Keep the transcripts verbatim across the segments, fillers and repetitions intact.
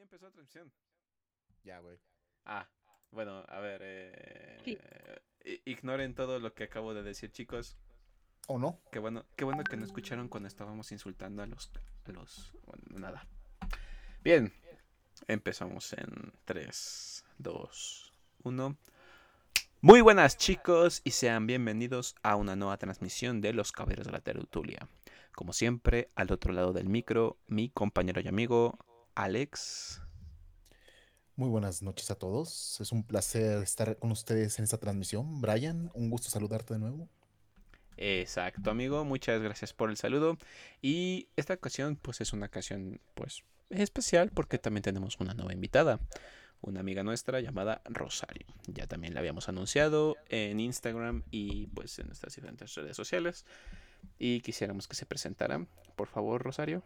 empezó la transmisión. Ya, güey. Ah, bueno, a ver. Sí. Eh, i- ignoren todo lo que acabo de decir, chicos. ¿O no? Qué bueno, qué bueno que no escucharon cuando estábamos insultando a los, a los, bueno, nada. Bien, empezamos en tres, dos, uno. Muy buenas, chicos, y sean bienvenidos a una nueva transmisión de Los Caballeros de la Tertulia. Como siempre, al otro lado del micro, mi compañero y amigo Alex. Muy buenas noches a todos. Es un placer estar con ustedes en esta transmisión. Brian, un gusto saludarte de nuevo. Exacto, amigo, muchas gracias por el saludo. Y esta ocasión, pues es una ocasión, pues, especial porque también tenemos una nueva invitada, una amiga nuestra llamada Rosario. Ya también la habíamos anunciado en Instagram y pues en nuestras diferentes redes sociales. Y quisiéramos que se presentara. Por favor, Rosario.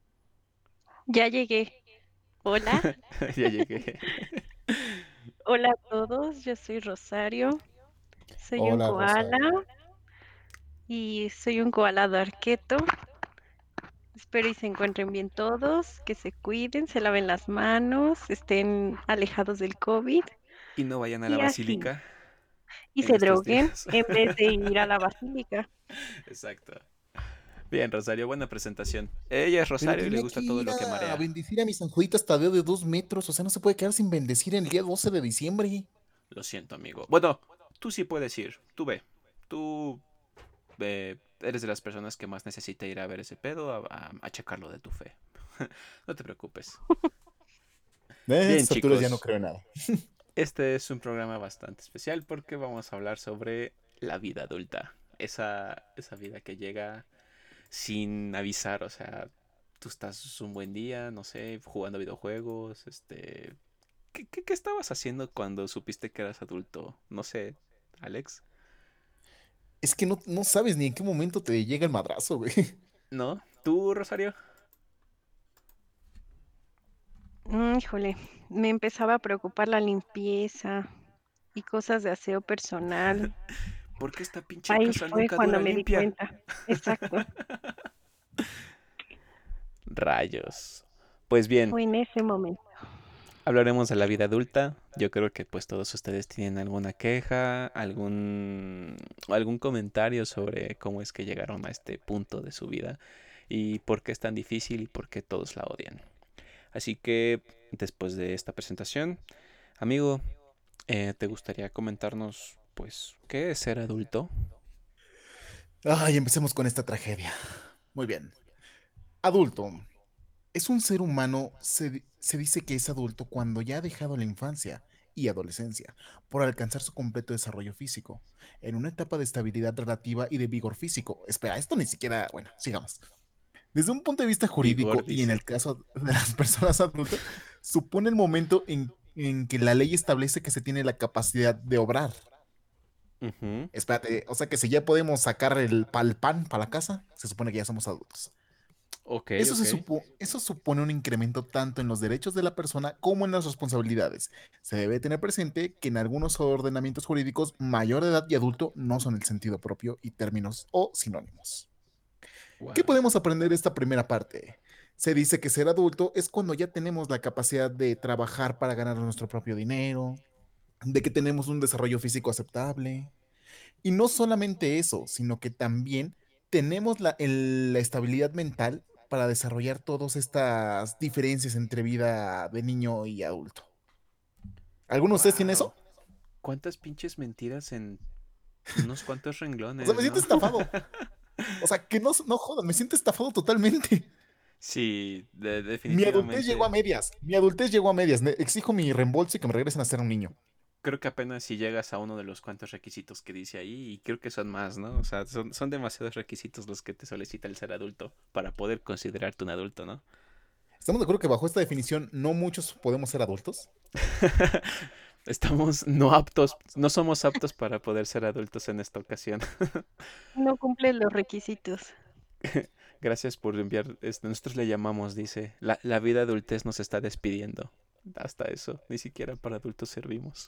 Ya llegué. Hola, Ya llegué. hola a todos. Yo soy Rosario. Soy un Hola, koala Rosario. y soy un koala de arqueto. Espero y se encuentren bien todos, que se cuiden, se laven las manos, estén alejados del COVID Y no vayan a la y así. basílica Y en se estos droguen días. en vez de ir a la basílica. Exacto. Bien, Rosario, buena presentación. Ella es Pero Rosario y le tenía que gusta todo ir lo que a marea. bendecir a mi San Juditas Tadeo de dos metros. O sea, no se puede quedar sin bendecir el día doce de diciembre. Lo siento, amigo. Bueno, tú sí puedes ir. Tú ve. Tú eh, eres de las personas que más necesita ir a ver ese pedo, a, a, a checarlo de tu fe. No te preocupes. Eh, a Bien, estas alturas ya no chicos. creo en nada. Este es un programa bastante especial porque vamos a hablar sobre la vida adulta. Esa, esa vida que llega sin avisar. O sea, tú estás un buen día, no sé, jugando videojuegos. Este. ¿Qué, qué, qué estabas haciendo cuando supiste que eras adulto? No sé, Alex. Es que no, no sabes ni en qué momento te llega el madrazo, güey. ¿No? ¿Tú, Rosario? Mm, híjole, me empezaba a preocupar la limpieza y cosas de aseo personal. ¿Por qué esta pinche Ahí casa fue nunca cuando dura me di limpia? cuenta. Exacto, Rayos. Pues bien, fue en ese momento. hablaremos de la vida adulta. Yo creo que pues todos ustedes tienen alguna queja, algún algún comentario sobre cómo es que llegaron a este punto de su vida y por qué es tan difícil y por qué todos la odian. Así que después de esta presentación, amigo, eh, ¿te gustaría comentarnos pues qué es ser adulto? Ay, empecemos con esta tragedia. Muy bien. Adulto. Es un ser humano, se, di- se dice que es adulto cuando ya ha dejado la infancia y adolescencia por alcanzar su completo desarrollo físico, en una etapa de estabilidad relativa y de vigor físico. Espera, esto ni siquiera, bueno, sigamos. Desde un punto de vista Vigor, jurídico y en dice. el caso de las personas adultas, supone el momento en, en que la ley establece que se tiene la capacidad de obrar. Ujú. Espérate, o sea que si ya podemos sacar el pal pan para la casa, se supone que ya somos adultos. Ok, Eso, ok. se supo- eso supone un incremento tanto en los derechos de la persona como en las responsabilidades. Se debe tener presente que en algunos ordenamientos jurídicos, mayor de edad y adulto no son el sentido propio y términos o sinónimos. ¿Qué Wow. podemos aprender de esta primera parte? Se dice que ser adulto es cuando ya tenemos la capacidad de trabajar para ganar nuestro propio dinero, de que tenemos un desarrollo físico aceptable. Y no solamente eso, sino que también tenemos la, el- la estabilidad mental para desarrollar todas estas diferencias entre vida de niño y adulto. ¿Alguno de ustedes tiene Wow. eso? ¿Cuántas pinches mentiras en unos cuantos O sea, me renglones, siento no? estafado. O sea, que no, no jodan, me siento estafado totalmente. Sí, de- Mi adultez llegó a definitivamente. medias. Mi adultez llegó a medias. Ne- Exijo mi reembolso y que me regresen a ser un niño. Creo que apenas si llegas a uno de los cuantos requisitos que dice ahí, y creo que son más, ¿no? O sea, son, son demasiados requisitos los que te solicita el ser adulto para poder considerarte un adulto, ¿no? ¿Estamos de acuerdo que bajo esta definición no muchos podemos ser adultos? Estamos no aptos, no somos aptos para poder ser adultos en esta ocasión. No cumple los requisitos. Gracias por enviar, este, nosotros le llamamos, dice, la, la vida adultez nos está despidiendo. Hasta eso, ni siquiera para adultos servimos.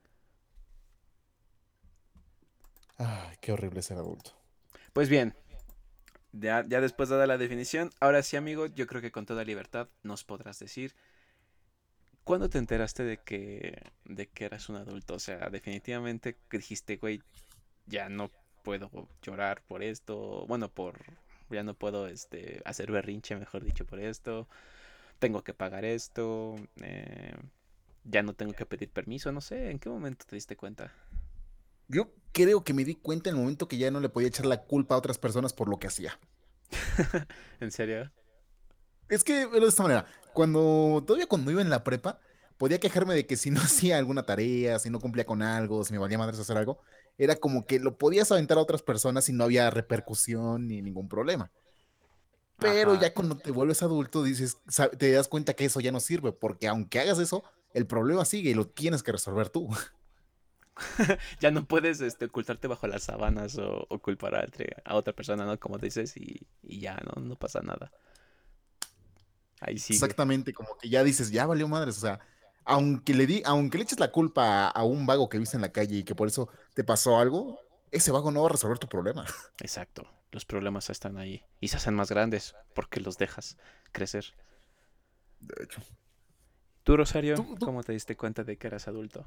Ay, qué horrible ser adulto. Pues bien, ya, ya después dada la definición, ahora sí, amigo, yo creo que con toda libertad nos podrás decir ¿cuándo te enteraste de que, de que eras un adulto? O sea, definitivamente que dijiste, güey, ya no puedo llorar por esto, bueno, por, ya no puedo, este, hacer berrinche, mejor dicho, por esto, tengo que pagar esto, eh, ya no tengo que pedir permiso, no sé, ¿en qué momento te diste cuenta? Yo creo que me di cuenta en el momento que ya no le podía echar la culpa a otras personas por lo que hacía. ¿En serio? Es que, pero de esta manera, cuando, todavía cuando iba en la prepa, podía quejarme de que si no hacía alguna tarea, si no cumplía con algo, si me valía madres hacer algo, era como que lo podías aventar a otras personas y no había repercusión ni ningún problema. Pero Ajá. ya cuando te vuelves adulto, dices, sa- te das cuenta que eso ya no sirve, porque aunque hagas eso, el problema sigue y lo tienes que resolver tú. Ya no puedes, este, ocultarte bajo las sábanas o, o culpar a, entre- a otra persona, ¿no? Como dices, y, y ya, ¿no? No pasa nada. Ahí sigue. Exactamente, como que ya dices, ya valió madres, o sea, aunque le di, aunque le eches la culpa a, a un vago que viste en la calle y que por eso te pasó algo, ese vago no va a resolver tu problema. Exacto. Los problemas están ahí. Y se hacen más grandes porque los dejas crecer. De hecho. ¿Tú, Rosario, Tú, tú, cómo te diste cuenta de que eras adulto?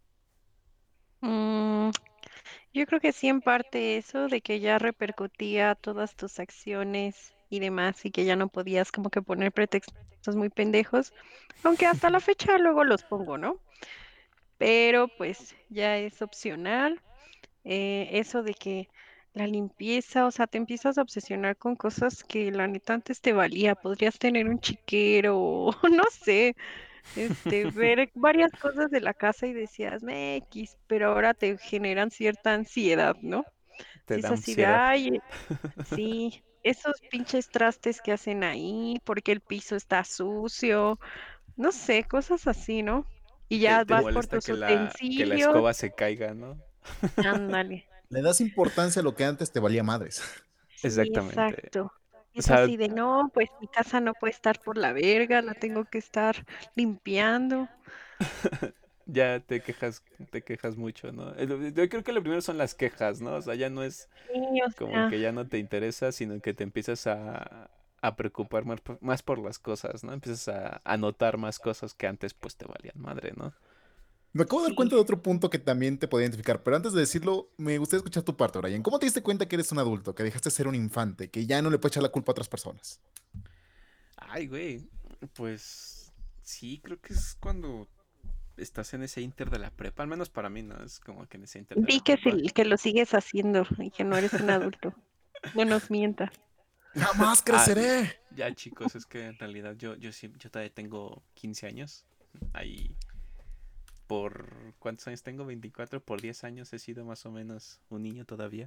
Mm, yo creo que sí, en parte eso de que ya repercutía todas tus acciones y demás y que ya no podías como que poner pretextos muy pendejos, aunque hasta la fecha luego los pongo, ¿no? Pero pues ya es opcional. Eh, eso de que la limpieza, o sea, te empiezas a obsesionar con cosas que la neta antes te valía. Podrías tener un chiquero o no sé, este, ver varias cosas de la casa y decías, me X, pero ahora te generan cierta ansiedad, ¿no? Te Si da es así de, ansiedad. ay, sí, esos pinches trastes que hacen ahí, porque el piso está sucio, no sé, cosas así, ¿no? Y Te, ya te vas por molesta tus que la, que la utensilios, escoba se caiga, ¿no? ándale. le das importancia a lo que antes te valía madres. Sí, Exactamente. exacto. O Es sea, así de, no, pues mi casa no puede estar por la verga, la tengo que estar limpiando. ya te quejas, te quejas mucho, ¿no? El- Yo creo que lo primero son las quejas, ¿no? O sea, ya no es Sí, o como sea, que ya no te interesa, sino que te empiezas a, a preocupar más por, más por las cosas, ¿no? Empiezas a, a notar más cosas que antes pues te valían madre, ¿no? Me acabo de dar sí. cuenta de otro punto que también te podía identificar, pero antes de decirlo, me gustaría escuchar tu parte, Brian. ¿Cómo te diste cuenta que eres un adulto, que dejaste de ser un infante, que ya no le puedes echar la culpa a otras personas? Ay, güey, pues sí, creo que es cuando estás en ese inter de la prepa, al menos para mí, ¿no? Es como que en ese inter de la Vi que, prepa. sí- que lo sigues haciendo y que no eres un adulto. No nos mientas. ¡Jamás Ah, creceré! ya chicos, es que en realidad yo, yo sí, yo todavía tengo quince años. Ahí por, ¿cuántos años tengo? Veinticuatro. Por diez años he sido más o menos un niño todavía.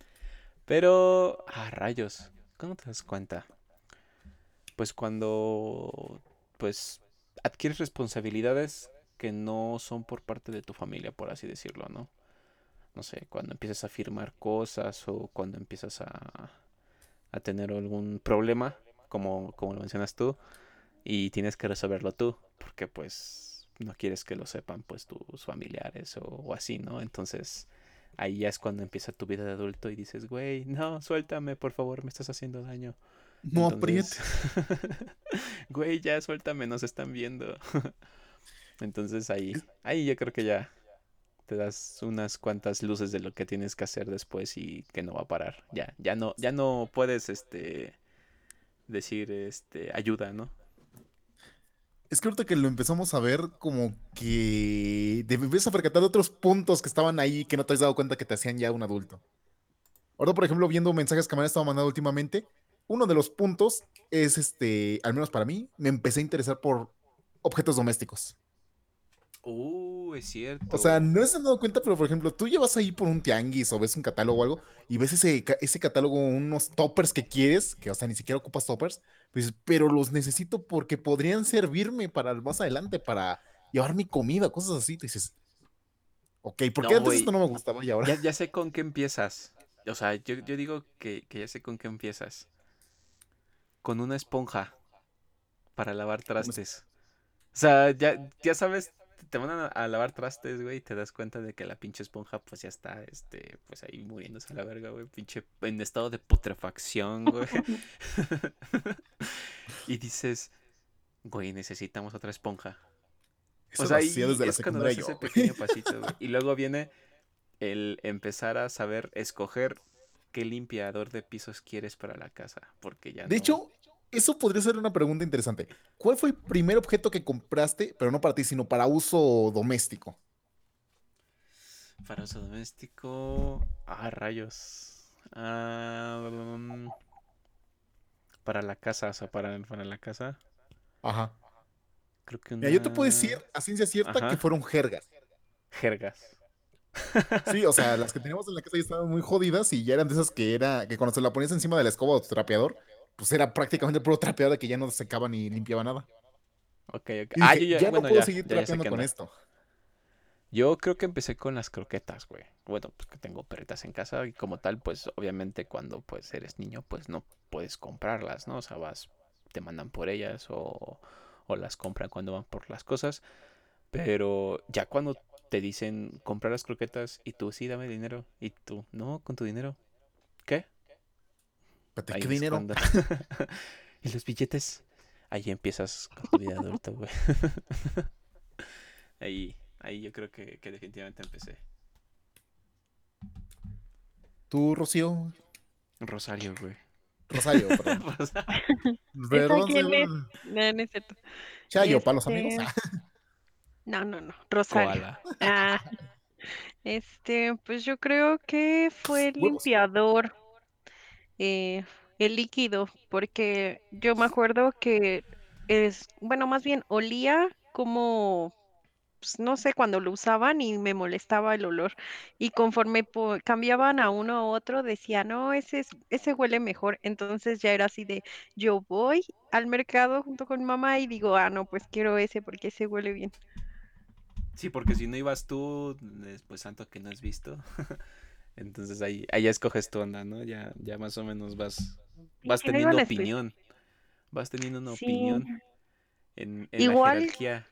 Pero, ah, rayos, ¿cómo te das cuenta? Pues cuando, pues, adquieres responsabilidades que no son por parte de tu familia, por así decirlo, ¿no? No sé, cuando empiezas a firmar cosas o cuando empiezas a, a tener algún problema, como, como lo mencionas tú, y tienes que resolverlo tú, porque pues no quieres que lo sepan pues tus familiares o, o así, ¿no? Entonces ahí ya es cuando empieza tu vida de adulto y dices, güey, no, suéltame, por favor, me estás haciendo daño. No Entonces, aprietes. güey, ya suéltame, nos están viendo. Entonces ahí, ahí yo creo que ya te das unas cuantas luces de lo que tienes que hacer después y que no va a parar. Ya, ya no, ya no puedes este decir este ayuda, ¿no? Es que ahorita que lo empezamos a ver, como que te empiezas a percatar de otros puntos que estaban ahí que no te has dado cuenta que te hacían ya un adulto. Ahora, por ejemplo, viendo mensajes que me han estado mandando últimamente, uno de los puntos es este, al menos para mí, me empecé a interesar por objetos domésticos. Uh, es O sea, cierto. no se han dado cuenta, pero por ejemplo, tú llevas ahí por un tianguis o ves un catálogo o algo y ves ese, ca- ese catálogo, unos toppers que quieres, que o sea, ni siquiera ocupas toppers, pues, pero los necesito porque podrían servirme para más adelante, para llevar mi comida, cosas así. Tú dices, ok, ¿por qué No, antes esto güey. no me gustaba y ahora? Ya, ya sé con qué empiezas. O sea, yo, yo digo que, que ya sé con qué empiezas. Con una esponja para lavar Con es- trastes. O sea, ya, ya sabes, te van a, a lavar trastes, güey, y te das cuenta de que la pinche esponja, pues ya está, este, pues ahí muriéndose a la verga, güey, pinche en estado de putrefacción, güey. Y dices, güey, necesitamos otra esponja. O Eso lo sea, hacía ahí desde la es cuando secundaria das yo. ese pequeño pasito, güey. Y luego viene el empezar a saber escoger qué limpiador de pisos quieres para la casa, porque ya De no. hecho, eso podría ser una pregunta interesante. ¿Cuál fue el primer objeto que compraste, pero no para ti, sino para uso doméstico? Para uso doméstico. Ah, rayos. Ah, mm, para la casa, o sea, para, para la casa. Ajá. Creo que Mira, yo te puedo decir una. a ciencia cierta que Ajá. fueron jergas. Jergas. Sí, o sea, las que teníamos en la casa ya estaban muy jodidas y ya eran de esas que era, que cuando se la ponías encima de la escoba o tu trapeador, pues era prácticamente puro trapeador de que ya no secaba ni limpiaba nada. Ok, ok. Y Ah, yo dije, ya, ya no bueno, puedo ya, seguir ya, ya sé trapeando qué con onda. esto. Yo creo que empecé con las croquetas, güey. Bueno, pues que tengo perritas en casa y como tal, pues obviamente cuando pues eres niño, pues no puedes comprarlas, ¿no? O sea, vas, te mandan por ellas o, o las compran cuando van por las cosas. Pero ya cuando te dicen comprar las croquetas y tú sí, dame dinero y tú, no, con tu dinero, ¿qué? Espérate, ¿qué Ahí es dinero? cuando... ¿Y los billetes? Ahí empiezas con tu vida adulta, güey. Ahí, ahí yo creo que, que definitivamente empecé. Tú, Rocío. Rosario, güey. Rosario, perdón. Rosario. ¿Esa Perdón, quién es? señor. No, no es cierto. Chayo, para los amigos. Este, no, no, no, Rosario. Koala. Ah, este, pues yo creo que fue el Huevos. limpiador, eh, el líquido, porque yo me acuerdo que es, bueno, más bien olía como, pues, no sé, cuando lo usaban y me molestaba el olor. Y conforme po- cambiaban a uno a otro, decía, no, ese, es- ese huele mejor. Entonces ya era así de, yo voy al mercado junto con mamá y digo, ah, no, pues quiero ese porque ese huele bien. Sí, porque si no ibas tú, pues santo que no has visto. Entonces ahí, ahí ya escoges tu onda, ¿no? Ya, ya más o menos vas, Sí, vas si no teniendo iban a espe- opinión. Vas teniendo una Sí, opinión en, en la igual, jerarquía.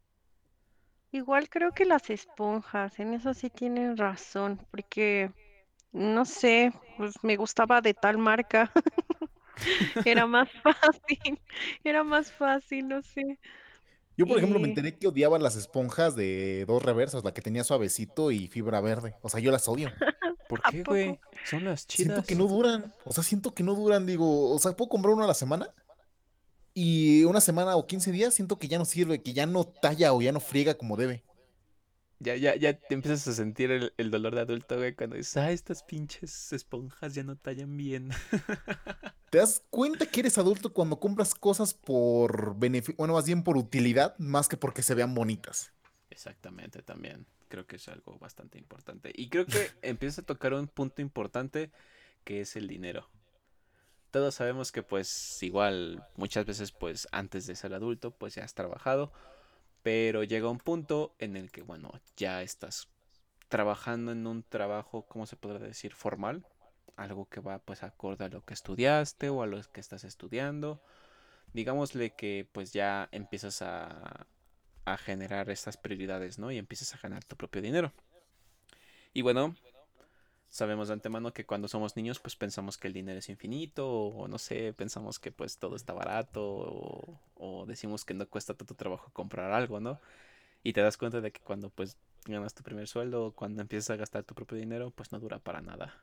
igual creo que las esponjas, en eso sí tienen razón, porque, no sé, pues me gustaba de tal marca. Era más fácil, era más fácil, no sé. Yo, por ejemplo, me Y enteré que odiaba las esponjas de dos reversos, la que tenía suavecito y fibra verde. O sea, yo las odio. ¿Por ¿a qué, poco? güey? Son las Siento que chidas. no duran. O sea, siento que no duran. Digo, o sea, puedo comprar uno a la semana y una semana o quince días siento que ya no sirve, que ya no talla o ya no friega como debe. Ya, ya, ya te empiezas a sentir el, el dolor de adulto, güey, cuando dices, ah, estas pinches esponjas ya no tallan bien. ¿Te das cuenta que eres adulto cuando compras cosas por beneficio, bueno, más bien por utilidad, más que porque se vean bonitas? Exactamente, también. Creo que es algo bastante importante. Y creo que empiezas a tocar un punto importante que es el dinero. Todos sabemos que pues igual muchas veces pues antes de ser adulto pues ya has trabajado, pero llega un punto en el que bueno, ya estás trabajando en un trabajo, ¿cómo se podría decir? Formal, algo que va pues acorde a lo que estudiaste o a lo que estás estudiando. Digámosle que pues ya empiezas a, a generar estas prioridades, ¿no? Y empiezas a ganar tu propio dinero. Y bueno, sabemos de antemano que cuando somos niños pues pensamos que el dinero es infinito o no sé, pensamos que pues todo está barato o, o decimos que no cuesta tanto trabajo comprar algo, ¿no? Y te das cuenta de que cuando pues ganas tu primer sueldo o cuando empiezas a gastar tu propio dinero pues no dura para nada.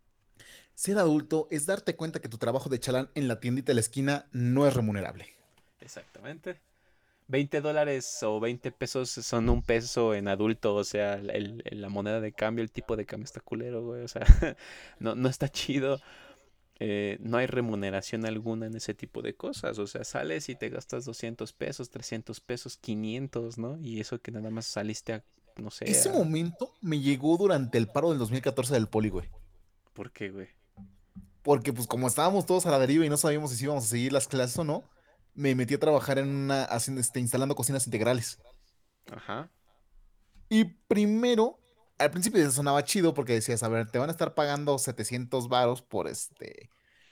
Ser adulto es darte cuenta que tu trabajo de chalán en la tiendita de la esquina no es remunerable. Exactamente. Veinte dólares o veinte pesos son un peso en adulto, o sea, el, el- la moneda de cambio, el tipo de cambio está culero, güey, o sea, no, no está chido. Eh, no hay remuneración alguna en ese tipo de cosas. O sea, sales y te gastas doscientos pesos, trescientos pesos, quinientos, ¿no? Y eso que nada más saliste a, no sé, Ese a... momento me llegó durante el paro del dos mil catorce del Poli, güey. ¿Por qué, güey? Porque pues como estábamos todos a la deriva y no sabíamos si íbamos a seguir las clases o no, me metí a trabajar en una, haciendo, este, instalando cocinas integrales. Ajá. Y primero, al principio se sonaba chido porque decías, a ver, te van a estar pagando setecientos varos por este,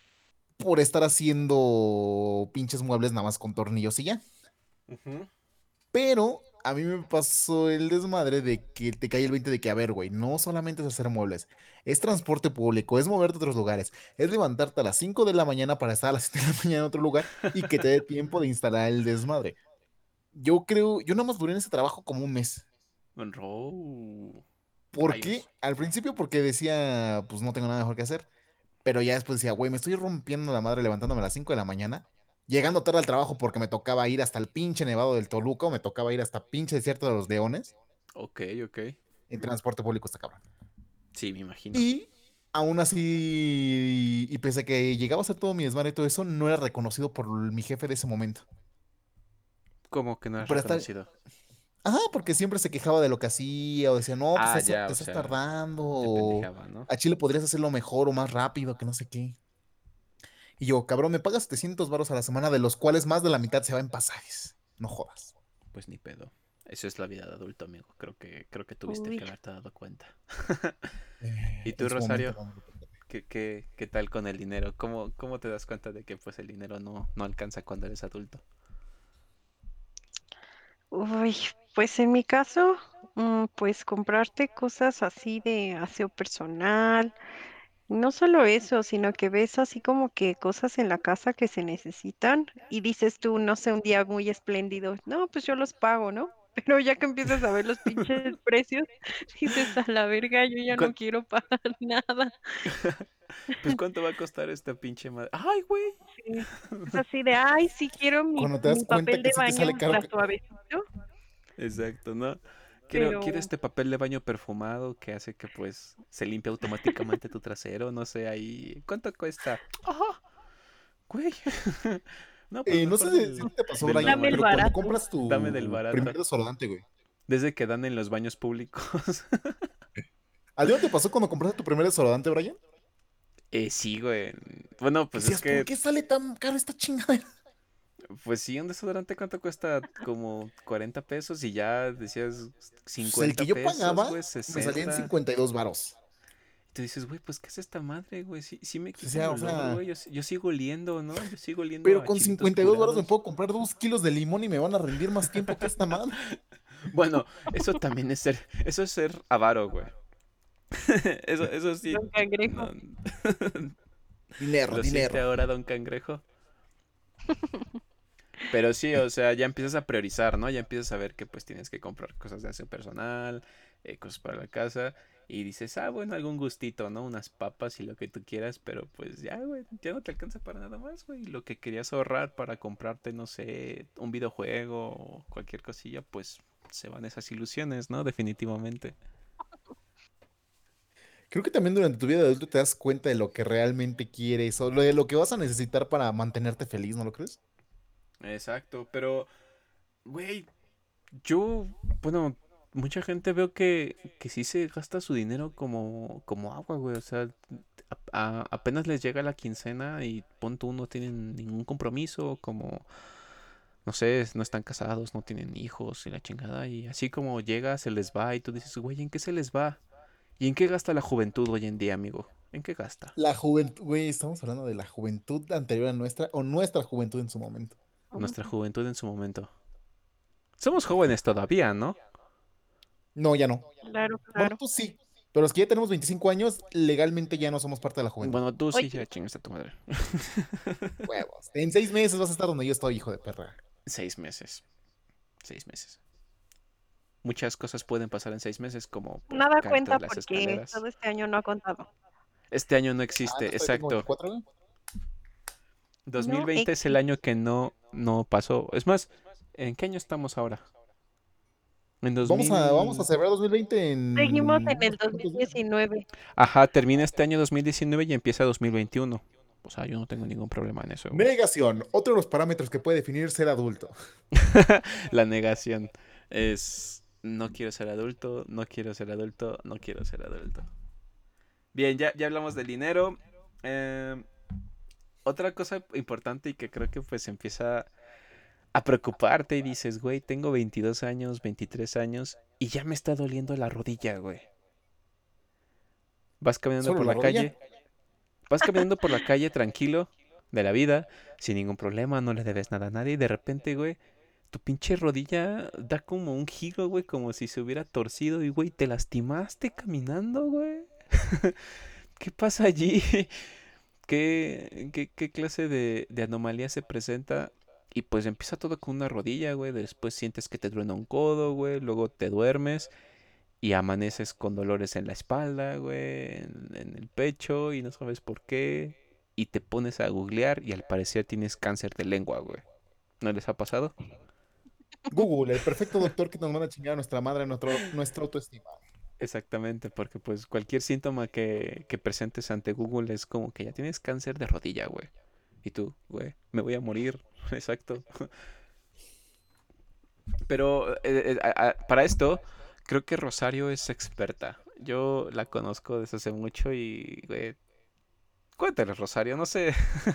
por estar haciendo pinches muebles nada más con tornillos y ya. Ujú. Pero a mí me pasó el desmadre de que te cae el veinte de que, a ver, güey, no solamente es hacer muebles, es transporte público, es moverte a otros lugares, es levantarte a las cinco de la mañana para estar a las siete de la mañana en otro lugar y que te dé tiempo de instalar el desmadre. Yo creo, yo nada más duré en ese trabajo como un mes. Ro- ¿Por qué? Rayos. Al principio porque decía, pues no tengo nada mejor que hacer. Pero ya después decía, güey, me estoy rompiendo la madre levantándome a las cinco de la mañana, llegando tarde al trabajo porque me tocaba ir hasta el pinche Nevado del Toluca o me tocaba ir hasta pinche Desierto de los Leones. Ok, ok. En transporte público está cabrón. Sí, me imagino. Y aún así, y pese a que llegaba a ser todo mi desmadre y todo eso, no era reconocido por mi jefe de ese momento. ¿Cómo que no es Pero hasta, reconocido? ajá, porque siempre se quejaba de lo que hacía o decía, no, pues Ah, eso ya, te o estás sea, tardando te o pendejaba, ¿no? a Chile podrías hacerlo mejor o más rápido, que no sé qué. Y yo, cabrón, me pagas setecientos varos a la semana, de los cuales más de la mitad se va en pasajes. No jodas. Pues ni pedo. Eso es la vida de adulto, amigo. Creo que, creo que tuviste Uy, que haberte dado cuenta. ¿Y Eh, tú, en su momento Rosario? no me lo perdoné. ¿Qué, qué, qué tal con el dinero? ¿Cómo, cómo te das cuenta de que pues el dinero no, no alcanza cuando eres adulto? uy, pues en mi caso, mm, pues comprarte cosas así de aseo personal. No solo eso, sino que ves así como que cosas en la casa que se necesitan y dices tú, no sé, un día muy espléndido, no, pues yo los pago, ¿no? Pero ya que empiezas a ver los pinches precios, dices, a la verga, yo ya no ¿Cuán- quiero pagar nada. Pues cuánto va a costar esta pinche madre. ¡Ay, güey! Sí. Es así de, ay, sí quiero mi, Cuando te das mi cuenta papel que de sí te baño sale caro ultra que... suavecito, Exacto, ¿no? Quiero, quiero pero este papel de baño perfumado que hace que pues se limpie automáticamente tu trasero, no sé, ahí. ¿Cuánto cuesta? ¡Ajá! Güey. No, pues Eh, no sé mejor si, si del, te pasó, del Brian, dame el pero cuando normalito. barato. compras Dame del tu primer barato. desodorante, güey. Desde que dan en los baños públicos. ¿A ti no te pasó cuando compraste tu primer desodorante, Brian? Eh, sí, güey. Bueno, Que pues es decías, ¿por que, qué sale tan caro esta chingadera? pues sí, un desodorante, ¿cuánto cuesta? Como cuarenta pesos y ya decías Pues el cincuenta que yo pesos, pagaba güey, me salía en sesenta. cincuenta y dos varos. Y tú dices, güey, pues, ¿qué es esta madre, güey? Sí, sí me Pues quita el decía, o olor, sea, güey. Yo, yo sigo oliendo, ¿no? Yo sigo oliendo pero a con chilitos cincuenta y dos varos me curados. puedo comprar dos kilos de limón y me van a rendir más tiempo que esta madre. Bueno, eso también es ser, eso es ser avaro, güey. Eso, eso sí, Don Cangrejo. no. Dinero, Lo siente dinero. ahora, don Cangrejo. Pero sí, o sea, ya empiezas a priorizar, ¿no? Ya empiezas a ver que pues tienes que comprar cosas de aseo personal, eh, cosas para la casa. Y dices, ah, bueno, algún gustito, ¿no? Unas papas y lo que tú quieras, pero pues ya, güey, ya no te alcanza para nada más, güey. Lo que querías ahorrar para comprarte, no sé, un videojuego o cualquier cosilla, pues se van esas ilusiones, ¿no? Definitivamente. Creo que también durante tu vida de adulto te das cuenta de lo que realmente quieres o lo de lo que vas a necesitar para mantenerte feliz, ¿no lo crees? Exacto, pero, güey, yo, bueno, mucha gente veo que, que sí se gasta su dinero como, como agua, güey. O sea, a- a- apenas les llega la quincena y pon tú, no tienen ningún compromiso, como, no sé, no están casados, no tienen hijos y la chingada. Y así como llega, se les va y tú dices, güey, ¿en qué se les va? ¿Y en qué gasta la juventud hoy en día, amigo? ¿En qué gasta? La juventud, güey, estamos hablando de la juventud anterior a nuestra o nuestra juventud en su momento. Nuestra Ujú. juventud en su momento. Somos jóvenes todavía, ¿no? No, ya no. Claro, Bueno, claro. tú sí, pero los que ya tenemos veinticinco años, legalmente ya no somos parte de la juventud. Bueno, tú sí, Oye, ya chingaste a tu madre. Huevos. En seis meses vas a estar donde yo estoy, hijo de perra. Seis meses. Seis meses. Muchas cosas pueden pasar en seis meses, como pues nada caerte de cuenta las porque escaleras. todo este año no ha contado. Este año no Ah, existe, entonces todavía tengo exacto. veinticuatro, güey. No dos mil veinte es el existe. año que no, no pasó. Es más, ¿en qué año estamos ahora? En Vamos a, vamos a dos mil... celebrar dos mil veinte Seguimos en en el unos cuantos días, ¿no? dos mil diecinueve. Ajá, termina este año dos mil diecinueve y empieza dos mil veintiuno. O sea, yo no tengo ningún problema en eso, güey. Negación, otro de los parámetros que puede definir ser adulto. La negación es... No quiero ser adulto, no quiero ser adulto, no quiero ser adulto. Bien, ya, ya hablamos del dinero. Eh, otra cosa importante y que creo que pues empieza a preocuparte y dices, güey, tengo veintidós años, veintitrés años y ya me está doliendo la rodilla, güey. Vas caminando Solo por la la rodilla. calle, vas caminando por la calle tranquilo, de la vida, sin ningún problema, no le debes nada a nadie y de repente, güey, tu pinche rodilla da como un giro, güey, como si se hubiera torcido y, güey, te lastimaste caminando, güey. ¿Qué pasa allí? ¿Qué, qué, qué clase de, de anomalía se presenta? Y pues empieza todo con una rodilla, güey. Después sientes que te truena un codo, güey. Luego te duermes y amaneces con dolores en la espalda, güey. En, en el pecho y no sabes por qué. Y te pones a googlear y al parecer tienes cáncer de lengua, güey. ¿No les ha pasado? Google, el perfecto doctor que nos manda a chingar a nuestra madre, nuestro, nuestra autoestima. Exactamente, porque pues cualquier síntoma que, que presentes ante Google es como que ya tienes cáncer de rodilla, güey. Y tú, güey, me voy a morir. Exacto. Pero eh, eh, a- a- para esto, creo que Rosario es experta. Yo la conozco desde hace mucho y, güey, cuéntale, Rosario, no sé.